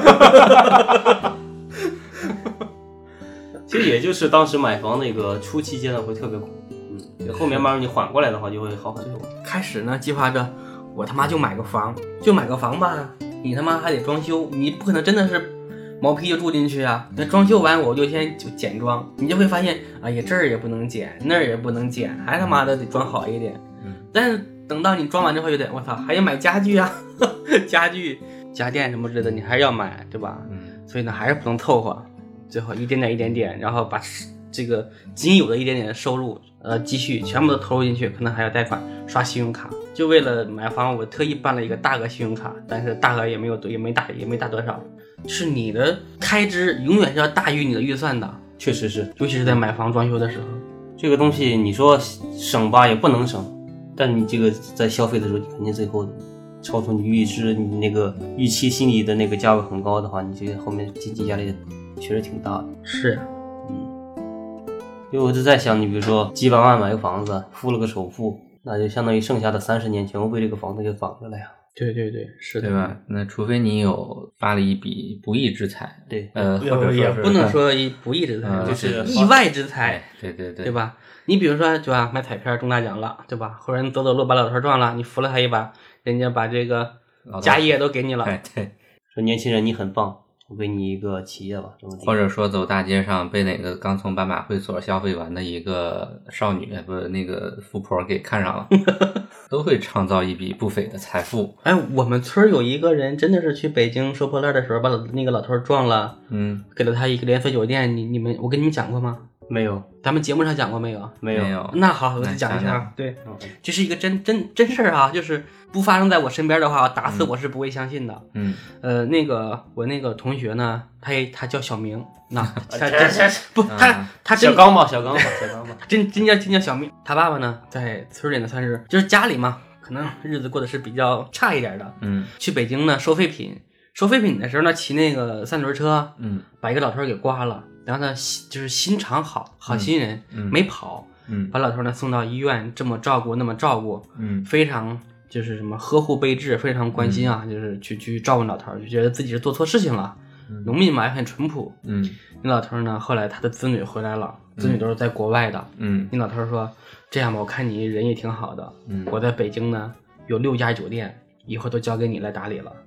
其实也就是当时买房那个初期阶段会特别苦，后面慢慢你缓过来的话就会好很多。 开始呢计划着我他妈就买个房吧，你他妈还得装修，你不可能真的是毛坯就住进去啊。那装修完我就先简装，你就会发现，哎呀这儿也不能剪，那儿也不能剪，还他妈的得装好一点。但是等到你装完之后，有点我操，还要买家具啊，家具、家电什么之类的，你还是要买，对吧？所以呢，还是不能凑合，最后一点点，然后把这个仅有的一点点的收入、积蓄全部都投入进去，可能还要贷款、刷信用卡。就为了买房，我特意办了一个大额信用卡，但是大额也没大多少。是你的开支永远是要大于你的预算的， 确实是， 尤其是在买房装修的时候， 这个东西你说省吧也不能省，但你这个在消费的时候，你肯定最后超出你你那个预期心里的那个价位很高的话，你这个后面经济压力确实挺大的。 是， 因为我就在想，你比如说几百万买个房子，付了个首付，那就相当于剩下的30年全部被这个房子给绑着了呀。 对，是的， 对吧？那除非你有发了一笔不义之财， 对， 或者也不能说不义之财，就是意外之财，对吧？你比如说，对吧？买彩票中大奖了，对吧？或者你走路把老头撞了，你扶了他一把，人家把这个家业都给你了， 对， 说年轻人你很棒，我给你一个企业吧， 或者说走大街上被哪个刚从斑马会所消费完的一个少女那个富婆给看上了，都会创造一笔不菲的财富。 哎，我们村有一个人真的是去北京收破烂的时候把那个老头撞了，给了他一个连锁酒店，我跟你们讲过吗？ 没有， 咱们节目上讲过没有？ 没有。 那好，我就讲一下。对，这是一个真事儿啊，就是不发生在我身边的话，打死我是不会相信的。我那个同学呢，他叫小明，那他小刚吧， 他真叫小明。他爸爸呢，在村里呢算是就是家里嘛，可能日子过得是比较差一点的。去北京呢收废品的时候呢，骑那个3轮车，把一个老头给刮了。然后呢，就是心肠好心人，没跑，把老头呢送到医院，这么照顾那么照顾，非常就是什么呵护备至，非常关心啊，就是去照顾老头，就觉得自己是做错事情了。农民嘛也很淳朴，那老头呢，后来他的子女回来了，子女都是在国外的，那老头说，这样吧，我看你人也挺好的，我在北京呢有6家酒店，以后都交给你来打理了。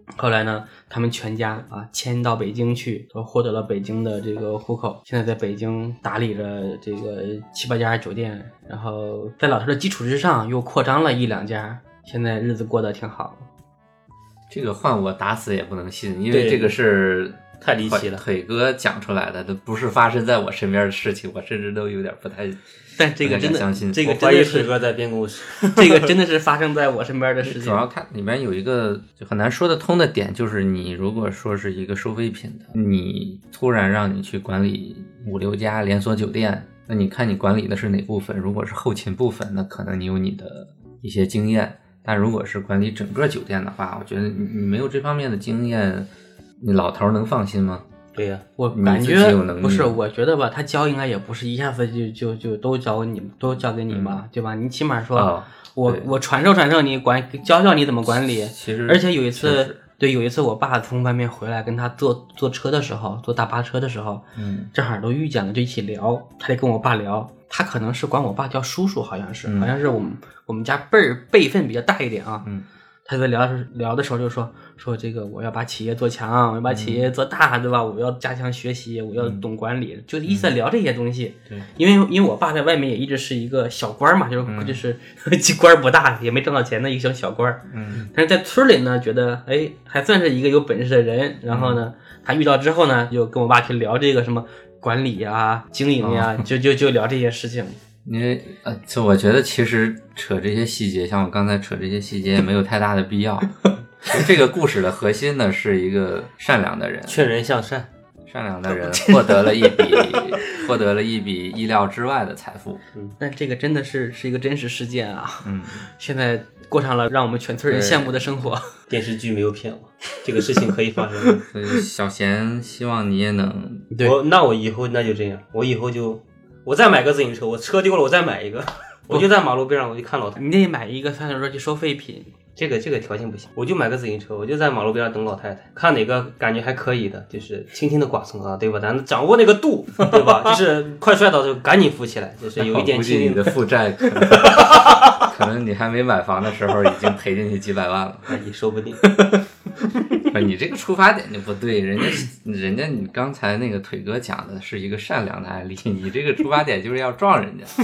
后来呢，他们全家啊迁到北京去，都获得了北京的这个户口，现在在北京打理着这个7、8家酒店，然后在老头的基础之上又扩张了1、2家，现在日子过得挺好。 这个换我打死也不能信，因为这个是太离奇了， 腿哥讲出来的，都不是发生在我身边的事情，我甚至都有点不太。 但这个真的， 相信这个怀疑腿哥在编故事， 这个真的是发生在我身边的事情。 主要它里面有一个就很难说得通的点，就是你如果说是一个收废品的，你突然让你去管理5、6家连锁酒店，那你看你管理的是哪部分？如果是后勤部分，那可能你有你的一些经验，但如果是管理整个酒店的话，我觉得你没有这方面的经验，你老头能放心吗？ 对呀， 我感觉不是，我觉得吧，他教应该也不是一下子就都交给你吧，对吧？你起码说，我传授你教你怎么管理。 其实， 而且有一次我爸从外面回来，跟他坐车的时候，坐大巴车的时候，正好都遇见了，就一起聊，他得跟我爸聊。他可能是管我爸叫叔叔，好像是我们家辈分比较大一点啊。他在聊的时候就说这个我要把企业做强，我要把企业做大，对吧？我要加强学习，我要懂管理，就一直在聊这些东西。 对， 因为我爸在外面也一直是一个小官嘛，就是官不大，也没挣到钱的一个小官。但是在村里呢，觉得还算是一个有本事的人。然后呢，他遇到之后呢，就跟我爸去聊这个什么管理啊、经营呀，就聊这些事情。 因为就我觉得其实扯这些细节，像我刚才扯这些细节也没有太大的必要。这个故事的核心呢是一个善良的人， 劝人向善， 善良的人获得了一笔意料之外的财富。 但这个真的是一个真实事件啊！现在过上了让我们全村人羡慕的生活。 电视剧没有骗我，这个事情可以发生。 所以小贤希望你也能， 那我以后那就这样，我以后就。我再买个自行车，我车丢了我再买一个，我就在马路边上我就看老太太。 你得买一个3轮车去收废品， 这个条件不行，我就买个自行车，我就在马路边上等老太太，看哪个感觉还可以的，就是轻轻的剐蹭啊，对吧？咱掌握那个度，对吧？就是快摔倒的时候赶紧扶起来，就是有一点轻。 估计你的负债可能你还没买房的时候已经赔进去几百万了， 也说不定。 你这个出发点就不对，人家你刚才那个腿哥讲的是一个善良的案例，你这个出发点就是要撞人家。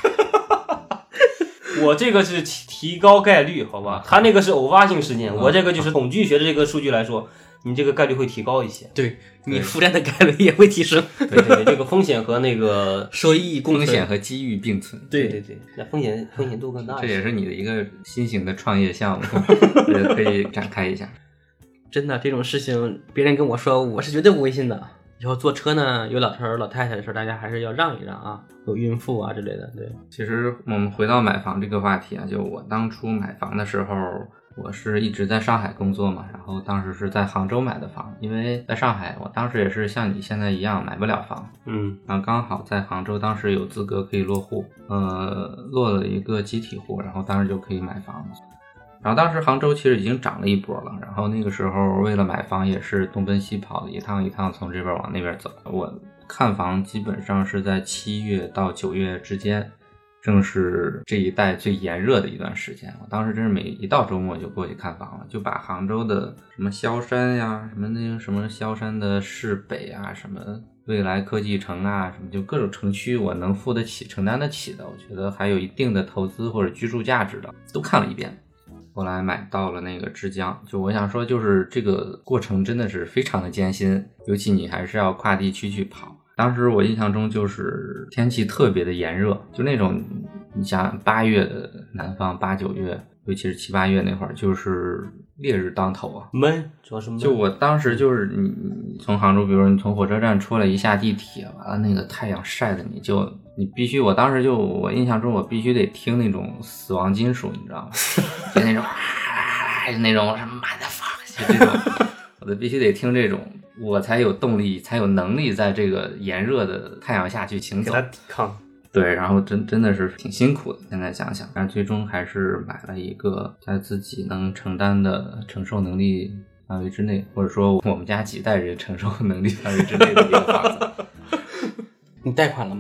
我这个是提高概率，好吧？他那个是偶发性事件，我这个就是统计学的这个数据来说，你这个概率会提高一些。 对，你负债的概率也会提升。 对，这个风险和那个收益共存， 风险和机遇并存。 对，那风险度更大。 这也是你的一个新型的创业项目，可以展开一下。 真的这种事情，别人跟我说，我是绝对不会信的。以后坐车呢，有老头老太太的时候，大家还是要让一让啊，有孕妇啊之类的。对， 其实我们回到买房这个话题啊，就我当初买房的时候，我是一直在上海工作嘛，然后当时是在杭州买的房，因为在上海，我当时也是像你现在一样买不了房，然后刚好在杭州当时有资格可以落户，落了一个集体户，然后当时就可以买房了。然后当时杭州其实已经涨了一波了，然后那个时候为了买房也是东奔西跑的，一趟一趟从这边往那边走。我看房基本上是在7月到9月之间，正是这一带最炎热的一段时间。我当时真是每一到周末就过去看房了，就把杭州的什么萧山呀，什么那个什么萧山的市北啊，什么未来科技城啊，什么就各种城区我能付得起承担得起的，我觉得还有一定的投资或者居住价值的都看了一遍。后来买到了那个枝江，就我想说就是这个过程真的是非常的艰辛，尤其你还是要跨地区去跑。当时我印象中就是天气特别的炎热，就那种你像8月的南方8、9月，尤其是7、8月那会儿就是烈日当头啊， 闷，主要是闷。 就我当时就是你从杭州，比如说你从火车站出来一下地铁，完了那个太阳晒的你必须，我当时我印象中我必须得听那种死亡金属，你知道吗？就那种那种什么满的放，就这种，我必须得听这种，我才有动力，才有能力在这个炎热的太阳下去行走， 给他抵抗。 对，然后真的是挺辛苦的，现在想想，但最终还是买了一个在自己能承担的承受能力范围之内，或者说我们家几代人承受能力范围之内的一个房子。 你贷款了吗？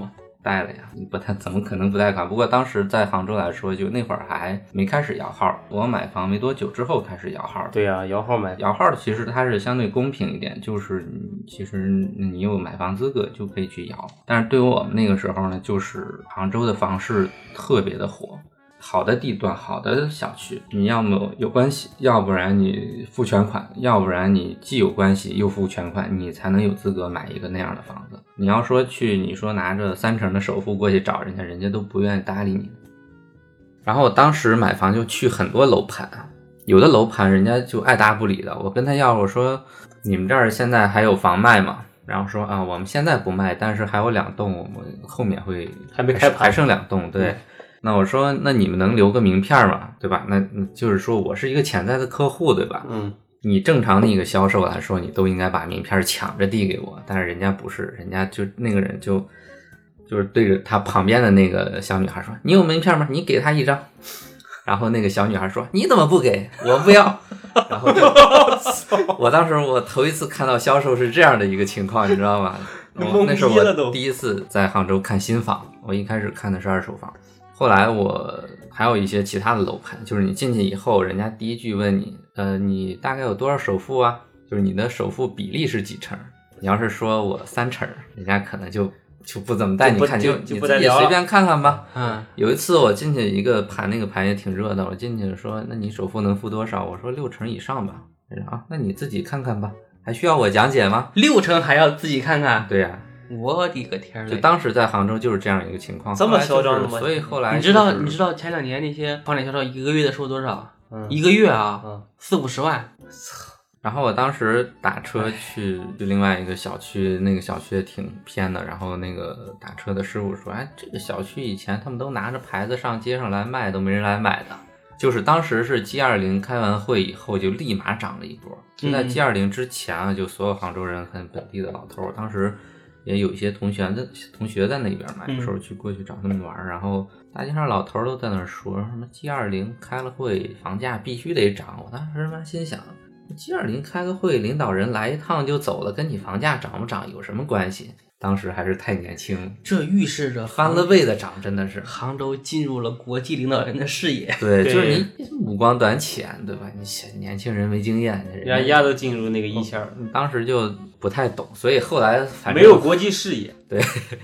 贷了呀，你不太怎么可能不贷款？不过当时在杭州来说，就那会儿还没开始摇号，我买房没多久之后开始摇号。 对啊，摇号买摇号其实它是相对公平一点，就是其实你有买房资格就可以去摇。但是对于我们那个时候呢，就是杭州的房市特别的火。好的地段，好的小区，你要么有关系，要不然你付全款，要不然你既有关系又付全款，你才能有资格买一个那样的房子。你要说你说拿着3成的首付过去找人家，人家都不愿意搭理你。然后我当时买房就去很多楼盘，有的楼盘人家就爱搭不理的，我跟他要，我说你们这儿现在还有房卖吗？然后说啊，我们现在不卖，但是还有2栋，我们后面会还没开盘， 还剩2栋，对。那我说，那你们能留个名片吗？对吧？那就是说我是一个潜在的客户，对吧？你正常的一个销售来说，你都应该把名片抢着递给我，但是人家不是，人家就那个人就是对着他旁边的那个小女孩说：“你有名片吗？你给他1张。”然后那个小女孩说：“你怎么不给？我不要。”然后我当时我头一次看到销售是这样的一个情况，你知道吗？那是我第一次在杭州看新房，我一开始看的是2手房。后来我还有一些其他的楼盘，就是你进去以后，人家第一句问你，你大概有多少首付啊？就是你的首付比例是几成？你要是说我3成，人家可能就不怎么带你看，就你自己随便看看吧。有一次我进去一个盘，那个盘也挺热的，我进去说，那你首付能付多少？我说6成以上吧。啊，那你自己看看吧，还需要我讲解吗 ？6成还要自己看看？ 对呀。 我的个天！ 就当时在杭州就是这样一个情况， 这么嚣张的吗？ 所以后来你知道前2年那些房产销售1个月的收多少？1个月啊，40-50万。 然后我当时打车去另外一个小区，那个小区也挺偏的，然后那个打车的师傅说，哎，这个小区以前他们都拿着牌子上街上来卖，都没人来买的。就是当时是 G20 开完会以后就立马涨了一波。就在 G20 之前啊，就所有杭州人很本地的老头，当时也有一些同学在那边买，有时候过去找他们玩，然后大街上老头都在那说什么 G20 开了会，房价必须得涨。我当时心想 ，G20 开个会，领导人来一趟就走了，跟你房价涨不涨有什么关系？当时还是太年轻， 这预示着翻了倍的涨，真的是杭州进入了国际领导人的视野。 对，就是你目光短浅，对吧？你年轻人没经验， 人家都进入那个一线， 当时就不太懂，所以后来反正没有国际视野。 对，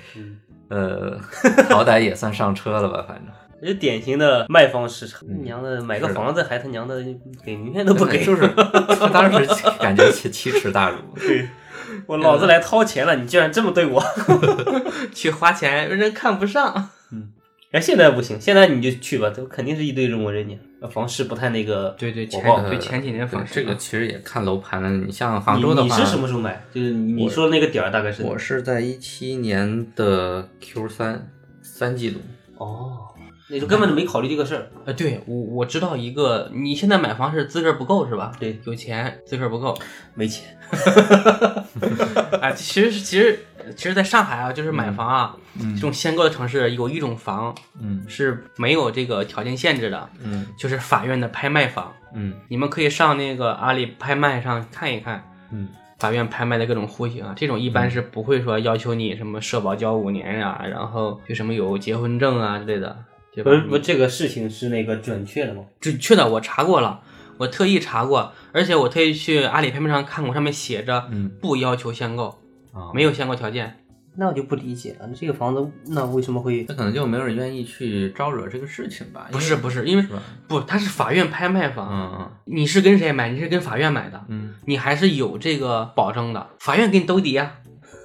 好歹也算上车了吧，反正。 这典型的卖方市场，娘的买个房子还他娘的给名片都不给， 就是当时感觉奇耻大辱。 对。我老子来掏钱了，你居然这么对我， 去花钱人看不上。 现在不行，现在你就去吧，都肯定是一堆中国人家，房市不太那个。 对，前几年房市这个其实也看楼盘了。你像杭州的话， 你是什么时候买？就是你说的那个点大概是？ 我是在17年的 Q3 季度。 哦。那就根本就没考虑这个事儿。 对，我知道一个，你现在买房是资格不够是吧？ 对， 有钱资格不够， 没钱。 其实在上海啊，就是买房啊，这种限购的城市有一种房，是没有这个条件限制的，就是法院的拍卖房，你们可以上那个阿里拍卖上看一看，法院拍卖的各种户型啊，这种一般是不会说要求你什么社保交5年呀，然后就什么有结婚证啊之类的。 不，这个事情是那个准确的吗？ 准确的，我查过了，我特意查过，而且我特意去阿里拍卖上看过，上面写着不要求限购，没有限购条件。 那我就不理解了，这个房子那为什么会？ 那可能就没有人愿意去招惹这个事情吧？ 不是，因为不，它是法院拍卖房，你是跟谁买？你是跟法院买的，你还是有这个保证的，法院给你兜底啊。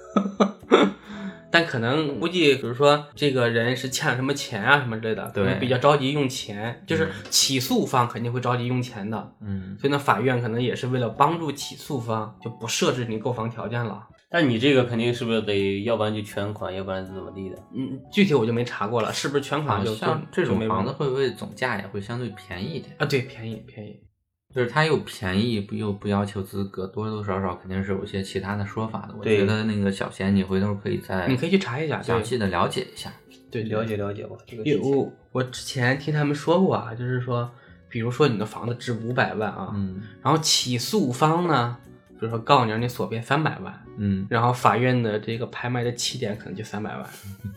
但可能估计，比如说这个人是欠了什么钱啊什么之类的，可能比较着急用钱，就是起诉方肯定会着急用钱的，所以呢，法院可能也是为了帮助起诉方，就不设置你购房条件了。 但你这个肯定是不是得，要不然就全款，要不然怎么地的？ 具体我就没查过了，是不是全款就像这种房子会不会总价也会相对便宜一点啊？对，便宜。 就是它又便宜又不要求资格，多多少少肯定是有一些其他的说法的。我觉得那个小贤，你回头可以去查一下， 详细的了解一下。 对，了解吧。这个我之前听他们说过啊，就是说，比如说你的房子值500万啊，然后起诉方呢，比如说告你让你索赔300万，然后法院的这个拍卖的起点可能就300万。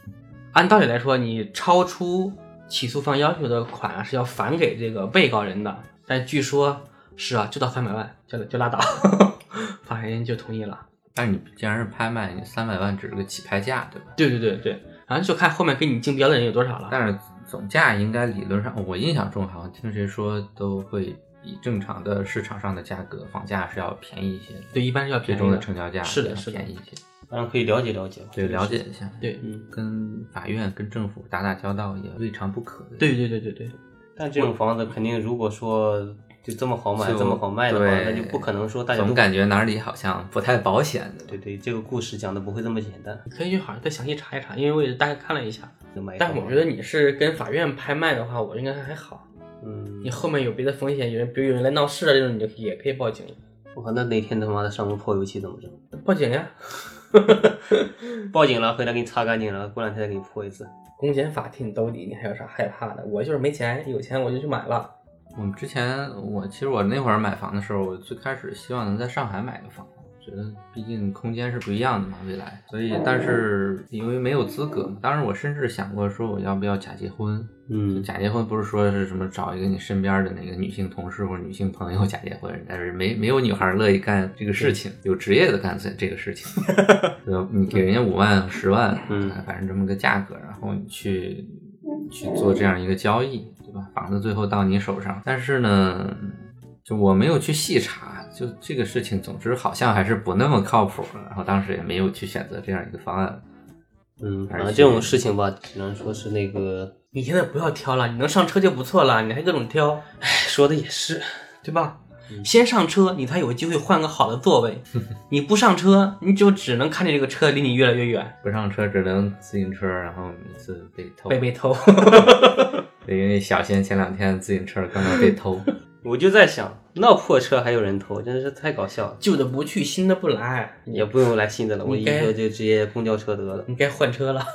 按道理来说，你超出起诉方要求的款啊是要返给这个被告人的，但据说是啊，就到300万就拉倒，法院就同意了。 但是你既然是拍卖，你300万只是个起拍价，对吧？ 对，然后就看后面跟你竞标的人有多少了。 但是总价应该理论上，我印象中好像听谁说都会比正常的市场上的价格房价是要便宜一些的。 对，一般是要便宜的， 最终的成交价是的便宜一些。 当然可以了解了解， 对，了解一下。 对， 跟法院跟政府打交道也未尝不可的。 对。 但这种房子肯定如果说就这么好买这么好卖的话，那就不可能说大家总感觉哪里好像不太保险的。 对，这个故事讲的不会这么简单。 你可以去好像再详细查一查，因为我也大概看了一下。但我觉得你是跟法院拍卖的话，我应该还好。你后面有别的风险，比如有人来闹事了这种，你就也可以报警。 我靠，那天他妈的上门破油漆怎么整？ 报警呀！ 报警了，回来给你擦干净了，过2天再给你破一次。 公检法替你兜底，你还有啥害怕的？我就是没钱，有钱我就去买了。 我们之前，其实我那会儿买房的时候，我最开始希望能在上海买个房，觉得毕竟空间是不一样的嘛，未来。所以，但是因为没有资格嘛，当时我甚至想过说我要不要假结婚。假结婚不是说是什么找一个你身边的那个女性同事或者女性朋友假结婚，但是没有女孩乐意干这个事情，有职业的干这个事情。你给人家5万10万，反正这么个价格，然后你去做这样一个交易，对吧？房子最后到你手上，但是呢，就我没有去细查，就这个事情，总之好像还是不那么靠谱，然后当时也没有去选择这样一个方案。 这种事情吧，只能说是那个， 你现在不要挑了，你能上车就不错了，你还各种挑。 哎，说的也是， 对吧？先上车，你才有机会换个好的座位。你不上车，你就只能看见这个车离你越来越远。 不上车只能自行车，然后每次被偷。对，因为小贤前2天自行车刚刚被偷。 我就在想，那破车还有人偷，真的是太搞笑了。 旧的不去，新的不来， 也不用来新的了，我以后就直接公交车得了。 你该换车了。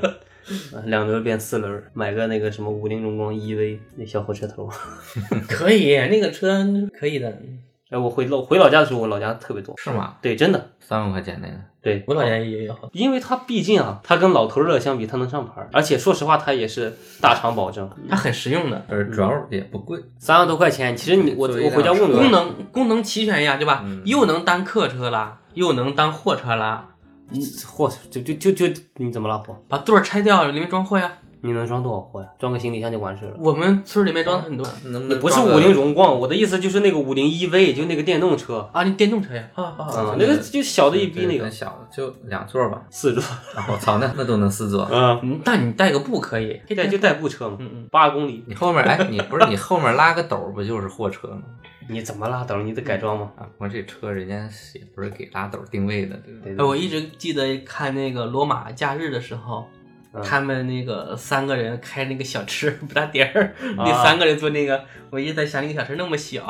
2轮变4轮，买个那个什么50荣光 EV 那小火车头。 可以，那个车可以的。 我回老家的时候，我老家特别多。 是吗？ 对，真的 3万块钱那个。 对， 我老家也有。 因为它毕竟啊，它跟老头乐相比，它能上牌，而且说实话，它也是大厂保证， 它很实用的， 主要也不贵 ，3万多块钱。其实我回家问功能齐全呀，对吧？又能当客车啦，又能当货车啦。 货就你怎么拉货？ 把座拆掉，里面装货呀。 你能装多少货呀？装个行李箱就完事了。 我们村里面装很多。 你不是50荣光，我的意思就是那个50 EV，就那个电动车啊，你电动车呀？ 那个就小的一逼那个。 很小的，就2座吧 ，4座。 我操，那都能4座。 但你带个布可以， 就带布车嘛，8公里。 你后面你后面拉个斗不就是货车吗？ 你怎么拉斗？你得改装吗？ 我这车人家也不是给拉斗定位的，对。 我一直记得看那个罗马假日的时候。他们那个3个人开那个小车不大点儿，那3个人坐那个，我一直在想那个小车那么小。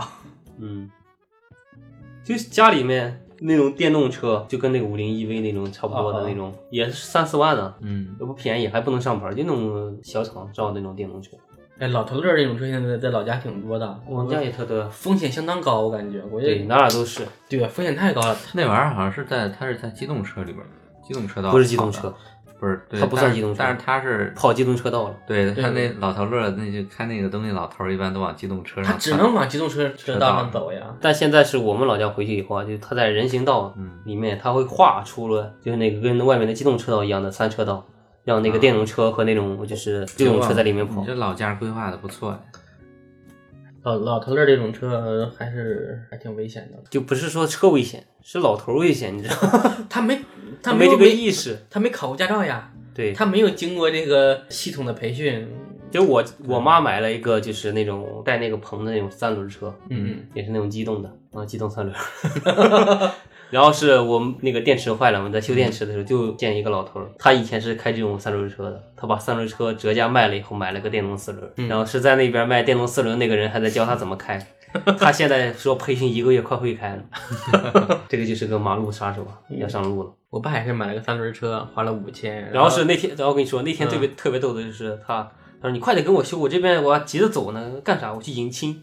就是家里面那种电动车，就跟那个50 EV 那种差不多的那种，也是3、4万呢。又不便宜，还不能上牌，就那种小厂造那种电动车。 哎，老头乐这种车现在在老家挺多的， 我们家也特多， 风险相当高，我感觉。 对，哪都是。 对，风险太高了。 那玩意儿好像是它是在机动车里边，机动车道不是机动车。 不是， 它不算机动车， 但是它是跑机动车道了。 对，他那老头乐，那就开那个东西，老头一般都往机动车上。 他只能往机动车道上走呀。 但现在是我们老家回去以后啊，就他在人行道里面，他会画出了就是那个跟外面的机动车道一样的3车道，让那个电动车和那种就是机动车在里面跑。 你这老家规划的不错呀。 老头乐这种车还挺危险的， 就不是说车危险，是老头危险，你知道吗？ 他没这个意识， 他没考过驾照呀。 对， 他没有经过这个系统的培训。 就我妈买了一个就是那种带那个棚的那种3轮车，也是那种机动的机动3轮。然后是我们那个电池坏了，我们在修电池的时候就见一个老头，他以前是开这种3轮车的，他把3轮车折价卖了以后买了个电动4轮，然后是在那边卖电动4轮那个人还在教他怎么开，他现在说培训1个月快会开了。这个就是个马路杀手，要上路了。 我爸也是买了个3轮车，花了5000。 然后是那天，然后我跟你说，那天特别逗的就是他说你快点跟我修，我这边我要急着走呢，干啥？我去迎亲。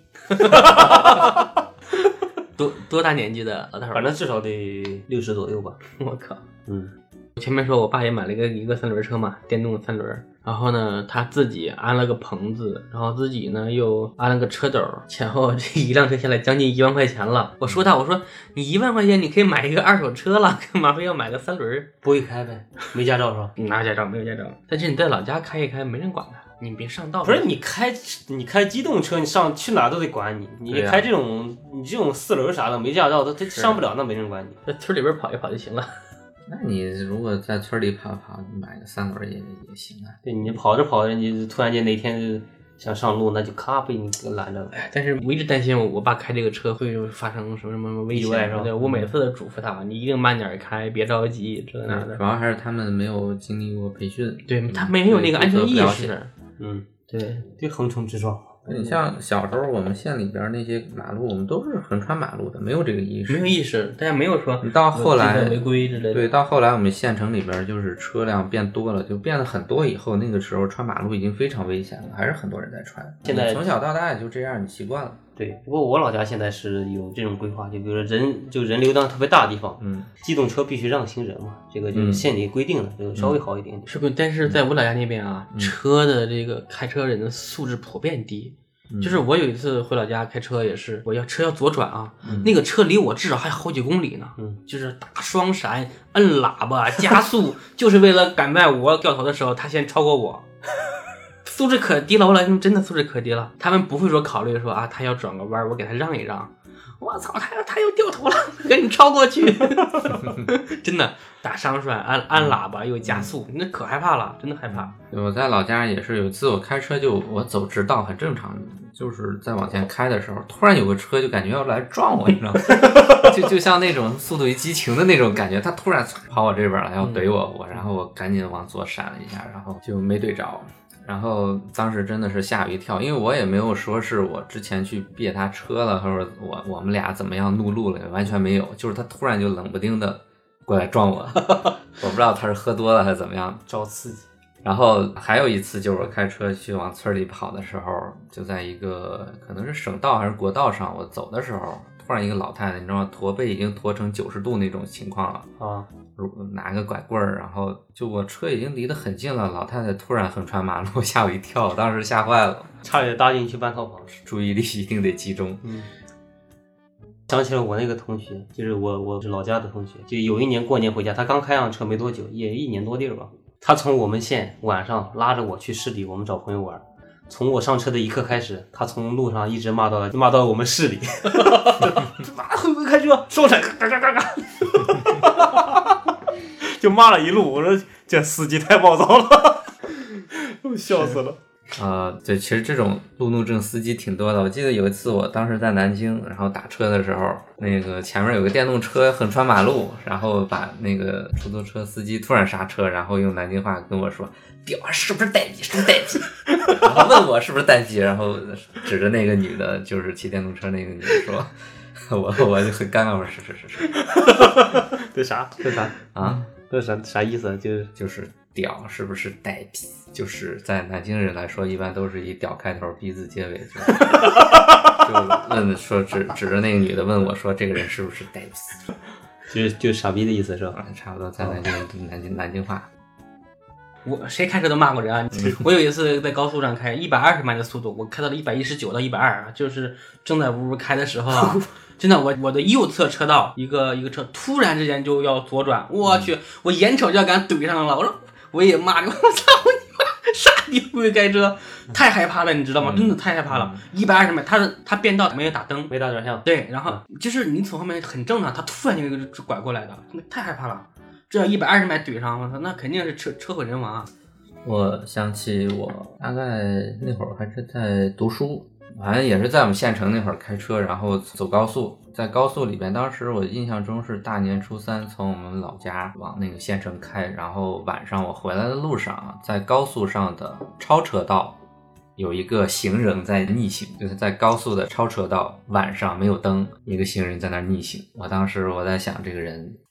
多大年纪的老头？ 反正至少得60左右吧。 我靠， 前面说我爸也买了一个三轮车嘛，电动三轮，然后呢他自己安了个棚子，然后自己呢又安了个车斗，前后这一辆车下来将近1万块钱了。我说你1万块钱你可以买一个二手车了，干嘛非要买个三轮？ 不会开呗，没驾照是吧？ 拿驾照没有驾照，但是你在老家开一开没人管的，你别上道。 不是你开机动车，你上去哪都得管你。你开这种你这种4轮啥的没驾照，他上不了，那没人管你。 在村里边跑一跑就行了。 那你如果在村里跑，买个三轮也行啊。 对，你跑着跑着，你突然间哪天就想上路，那就咔被你给拦着了。 但是我一直担心我爸开这个车会发生什么危险是吧？对，我每次都嘱咐他，你一定慢点开，别着急，这那的。 主要还是他们没有经历过培训， 对他没有那个安全意识。 对，横冲直撞。 你像小时候我们县里边那些马路，我们都是横穿马路的，没有这个意识， 没有意识，大家没有说。 你到后来违规之类的。 对，到后来我们县城里边就是车辆变多了，就变得很多以后，那个时候穿马路已经非常危险了，还是很多人在穿。 现在从小到大也就这样，你习惯了。 对，不过我老家现在是有这种规划，就比如说人流量特别大的地方，机动车必须让行人嘛，这个就是县里规定的，就稍微好一点点。 是不是？但是在我老家那边啊，车的这个开车人的素质普遍低。就是我有一次回老家开车也是，我车要左转啊，那个车离我至少还有好几公里呢，就是打双闪、摁喇叭、加速，就是为了赶在我掉头的时候，他先超过我。素质可低了，我老家真的素质可低了，他们不会说考虑说啊，他要转个弯，我给他让一让。我操，他又掉头了，赶紧超过去。真的打双闪、按喇叭又加速，那可害怕了，真的害怕。 我在老家也是有一次，我开车我走直道很正常，就是在往前开的时候，突然有个车就感觉要来撞我，你知道吗？就像那种速度与激情的那种感觉，他突然跑我这边来要怼我，然后我赶紧往左闪了一下，然后就没怼着。然后当时真的是吓我一跳，因为我也没有说是我之前去别他车了，或者我们俩怎么样怒路了，完全没有，就是他突然就冷不丁的过来撞我，我不知道他是喝多了还是怎么样， 找刺激。 然后还有一次就是我开车去往村里跑的时候，就在一个可能是省道还是国道上，我走的时候，突然一个老太太，你知道吗？驼背已经驼成90度那种情况了啊，拿个拐棍儿，然后就我车已经离得很近了，老太太突然横穿马路，吓我一跳，我当时吓坏了， 差点搭进去半套房， 注意力一定得集中。 想起了我那个同学，就是我是老家的同学，就有一年过年回家，他刚开上车没多久，也1年多地儿吧。他从我们县晚上拉着我去市里，我们找朋友玩。从我上车的一刻开始，他从路上一直骂到我们市里，会不会开车？双闪，嘎嘎嘎嘎，就骂了一路。我说这司机太暴躁了，笑死了。 对，其实这种路怒症司机挺多的。我记得有一次我当时在南京，然后打车的时候，那个前面有个电动车横穿马路，然后把那个出租车司机突然刹车，然后用南京话跟我说：“表是不是待机？是不是待机？”然后问我是不是待机，然后指着那个女的，就是骑电动车那个女的说：“我就很尴尬，我说是。” 这啥啊？ 这啥意思？ 就是屌是不是带逼？就是在南京人来说，一般都是以屌开头，逼字结尾。就问说指着那个女的问我说：“这个人是不是带逼？” 就傻逼的意思是吧？ 差不多在南京话。 我谁开车都骂过人啊！我有一次在高速上开120迈的速度，我开到了119到120啊，就是正在呜呜开的时候啊，真的我的右侧车道一个车突然之间就要左转，我去，我眼瞅就要给他怼上了，我也骂着，我操你妈，傻逼不会开车，太害怕了，你知道吗？真的太害怕了。120迈，他变道没有打灯， 没打转向， 对，然后就是你从后面很正常，他突然就拐过来的，太害怕了。这要120迈怼上，我操，那肯定是车毁人亡啊！ 我想起我大概那会儿还是在读书，好像也是在我们县城那会儿开车，然后走高速，在高速里边，当时我印象中是大年初3从我们老家往那个县城开，然后晚上我回来的路上，在高速上的超车道有一个行人在逆行，就是在高速的超车道晚上没有灯，一个行人在那儿逆行。我当时我在想，这个人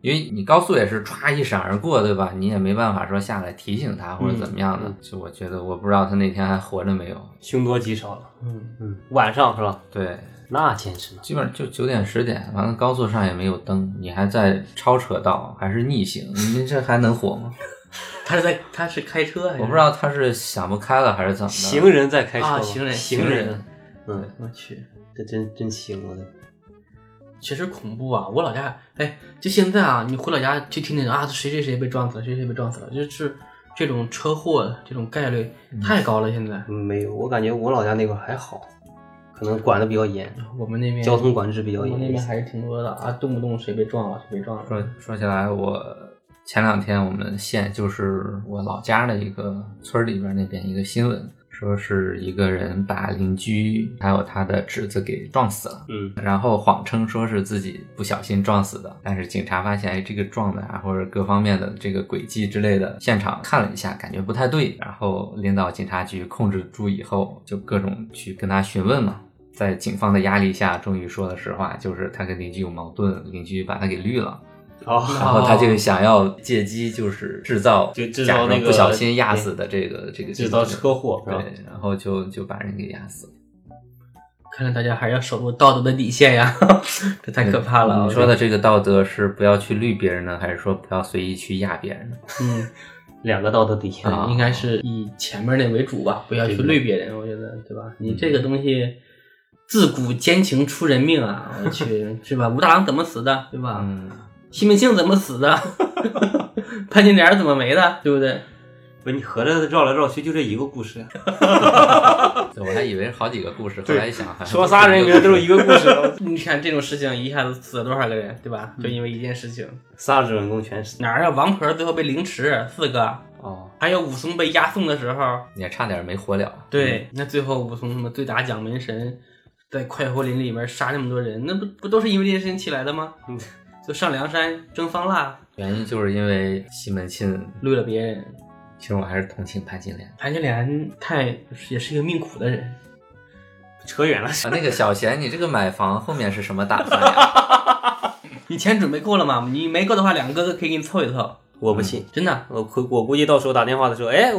因为你高速也是歘一闪而过，对吧？你也没办法说下来提醒他或者怎么样的。就我觉得，我不知道他那天还活着没有， 凶多吉少了。晚上是吧？ 对， 那坚持呢， 基本上就9点10点，完了高速上也没有灯，你还在超车道，还是逆行，你这还能活吗？ 他是开车还是？ 我不知道他是想不开了还是怎么的。 行人在开车啊，行人。 我去，这真行，我的。 确实恐怖啊！我老家，就现在啊，你回老家就听见啊，谁被撞死了，谁被撞死了，就是这种车祸这种概率太高了。现在没有，我感觉我老家那块还好，可能管的比较严。 我们那边交通管制比较严， 我们那边还是挺多的啊，动不动谁被撞了。 说起来，我前2天我们县就是我老家的一个村里边那边一个新闻。说是一个人把邻居还有他的侄子给撞死了，然后谎称说是自己不小心撞死的，但是警察发现这个撞的啊或者各方面的这个轨迹之类的，现场看了一下感觉不太对，然后领导警察局控制住以后就各种去跟他询问嘛，在警方的压力下终于说了实话，就是他跟邻居有矛盾，邻居把他给绿了。然后他就想要借机就是制造那个不小心压死的这个制造车祸， 对，然后就把人给压死了。 看来大家还是要守住道德的底线呀，这太可怕了。 你说的这个道德是不要去绿别人呢，还是说不要随意去压别人呢？ 两个道德底线， 应该是以前面那为主吧，不要去绿别人，我觉得对吧？你这个东西自古奸情出人命啊，我去是吧？武大郎怎么死的，对吧？西门庆怎么死的？潘金莲怎么没的？对不对？ 不，你合着绕来绕去就这一个故事。 我还以为是好几个故事，后来一想， 说仨人名都是一个故事。 你看这种事情一下子死了多少个人，对吧？就因为一件事情， 仨主人公全死。 哪儿啊？王婆最后被凌迟4个。还有武松被押送的时候也差点没活了。 对，那最后武松什么对打蒋门神，在快活林里面杀那么多人，那不都是因为这件事情起来的吗？就上梁山征方腊， 原因就是因为西门庆绿了别人。 其实我还是同情潘金莲， 潘金莲也是一个命苦的人。 扯远了。 那个小贤，你这个买房后面是什么打算呀？ 你钱准备够了吗？你没够的话，两个哥哥可以给你凑一凑。 我不信， 真的。 我估计到时候打电话的时候，喂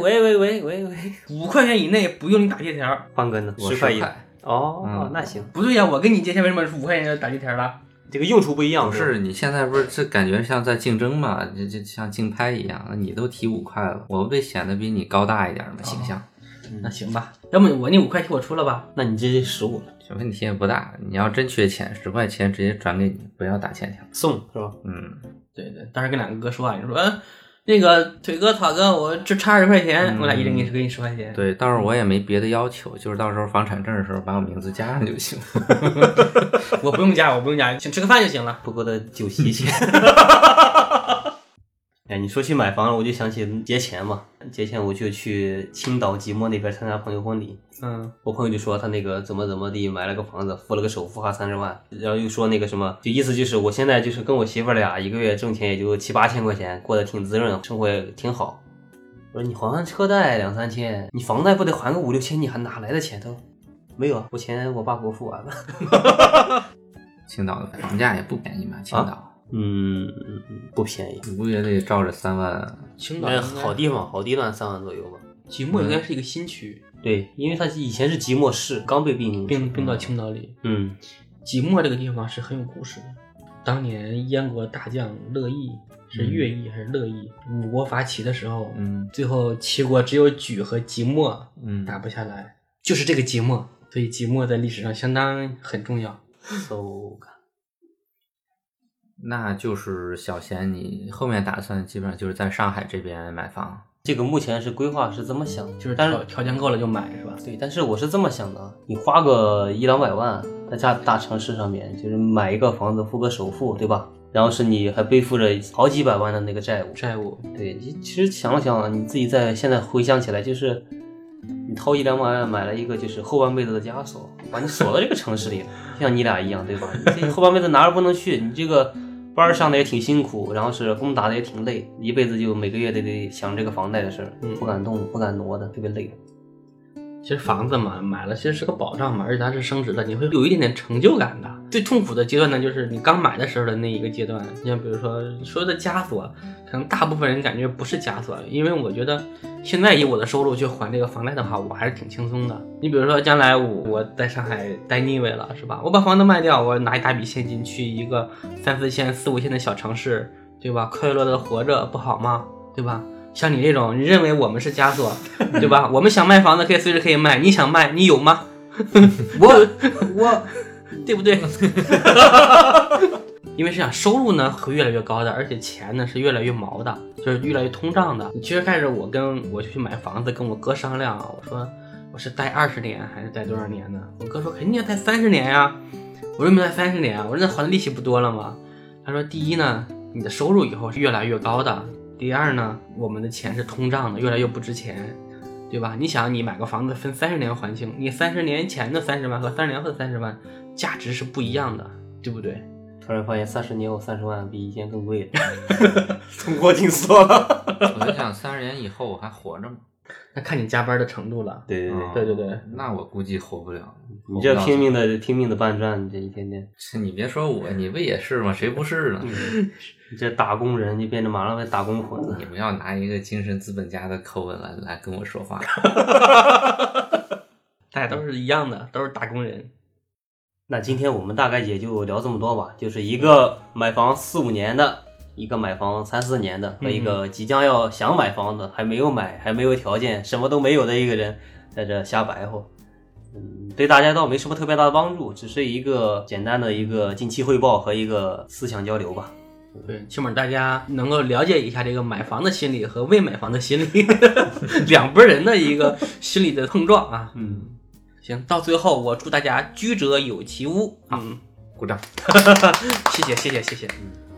，5块钱以内不用你打借条。 方哥呢？10块一。那行。 不对呀，我跟你借钱为什么是5块钱打借条了？ 这个用处不一样。 不是，你现在不是这感觉像在竞争嘛？这像竞拍一样，你都提5块了，我不得显得比你高大一点嘛形象？ 那行吧，要不我那5块替我出了吧？ 那你这15了， 这问题也不大。你要真缺钱，10块钱直接转给你，不要打欠条， 送是吧？ 对，当时跟两个哥说啊，你说那个腿哥、草哥，我这差20块钱，我俩一人给你10块钱。 对，到时候我也没别的要求，就是到时候房产证的时候把我名字加上就行。 我不用加，请吃个饭就行了， 不够的酒席钱。你说去买房，我就想起节前嘛，节前我就去青岛即墨那边参加朋友婚礼。我朋友就说他那个怎么地买了个房子，付了个首付花30万，然后又说那个什么，就意思就是我现在就是跟我媳妇俩一个月挣钱也就7、8千块钱，过得挺滋润，生活也挺好。我说你还车贷2、3千，你房贷不得还个5、6千，你还哪来的钱？他说没有，我钱我爸给我付完了。 青岛的房价也不便宜嘛，青岛。 不便宜， 5个月得照着3万。 青岛好地方，好地段3万左右吧。 即墨应该是一个新区， 对，因为它以前是即墨市，刚被并到青岛里。即墨这个地方是很有故事的。当年燕国大将乐毅，是乐毅还是乐毅？5国伐齐的时候，最后齐国只有莒和即墨，打不下来，就是这个即墨，所以即墨在历史上相当很重要。 那就是小贤，你后面打算基本上就是在上海这边买房？ 这个目前是规划是这么想， 就是条件够了就买，是吧？ 对，但是我是这么想的，你花个1、2百万在大城市上面，就是买一个房子付个首付，对吧？然后是你还背负着好几百万的那个债务。对，其实想了想，你自己现在回想起来，就是你掏1、2百万买了一个就是后半辈子的枷锁，把你锁到这个城市里，像你俩一样，对吧？你这后半辈子哪儿不能去？你这个班上的也挺辛苦，然后是工打的也挺累，一辈子就每个月得想这个房贷的事儿，不敢动不敢挪的，特别累。 其实房子嘛，买了其实是个保障嘛，而且它是升值的，你会有一点点成就感的。最痛苦的阶段呢，就是你刚买的时候的那一个阶段。像比如说所有的枷锁，可能大部分人感觉不是枷锁，因为我觉得现在以我的收入去还这个房贷的话，我还是挺轻松的。你比如说将来我在上海待腻味了，是吧？我把房子卖掉，我拿一大笔现金去一个3、4线、4、5线的小城市，对吧？快乐的活着不好吗？对吧？像你这种，你认为我们是枷锁，对吧？我们想卖房子可以随时可以卖，你想卖，你有吗？我，对不对？因为是讲收入呢会越来越高的，而且钱呢是越来越毛的，就是越来越通胀的。其实开始我去买房子，跟我哥商量，我说我是贷20年还是贷多少年呢？我哥说肯定要贷30年呀。我说没贷30年啊，我说那还的利息不多了吗？他说第一呢，你的收入以后是越来越高的。第二呢，我们的钱是通胀的，越来越不值钱，对吧？你想，你买个房子分30年还清，你30年前的30万和30年后的30万价值是不一样的，对不对？ 突然发现30年后30万比以前更贵了，通货紧缩了。 我在想30年以后我还活着吗？ 那看你加班的程度了。 对， 那我估计活不了。 你这拼命的搬砖，你这一天天。 你别说我，你不也是吗？谁不是呢？ 你这打工人就变成马上被打工魂了。 你不要拿一个精神资本家的口吻来跟我说话。 大家都是一样的，都是打工人。 那今天我们大概也就聊这么多吧，就是一个买房4、5年的，一个买房3、4年的，和一个即将要想买房子还没有买，还没有条件，什么都没有的一个人在这瞎白活。对大家倒没什么特别大的帮助，只是一个简单的一个近期汇报和一个思想交流吧。 对，起码大家能够了解一下这个买房的心理和未买房的心理两拨人的一个心理的碰撞啊。行，到最后我祝大家居者有其屋。 鼓掌。 谢谢。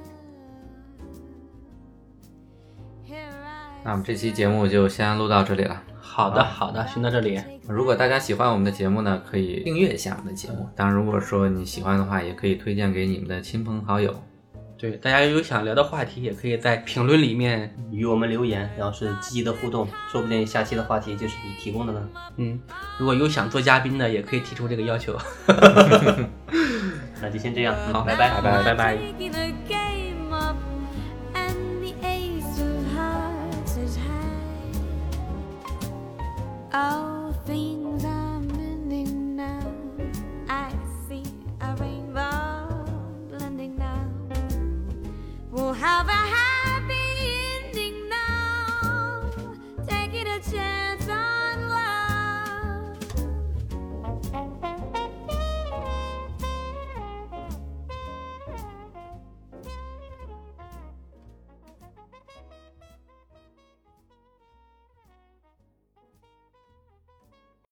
那我们这期节目就先录到这里了。 好的，先到这里。 如果大家喜欢我们的节目呢，可以订阅一下我们的节目。当然，如果说你喜欢的话，也可以推荐给你们的亲朋好友。 对，大家有想聊的话题，也可以在评论里面与我们留言，然后是积极的互动，说不定下期的话题就是你提供的呢。 如果有想做嘉宾的，也可以提出这个要求。 那就先这样， 好， 拜拜。 拜拜。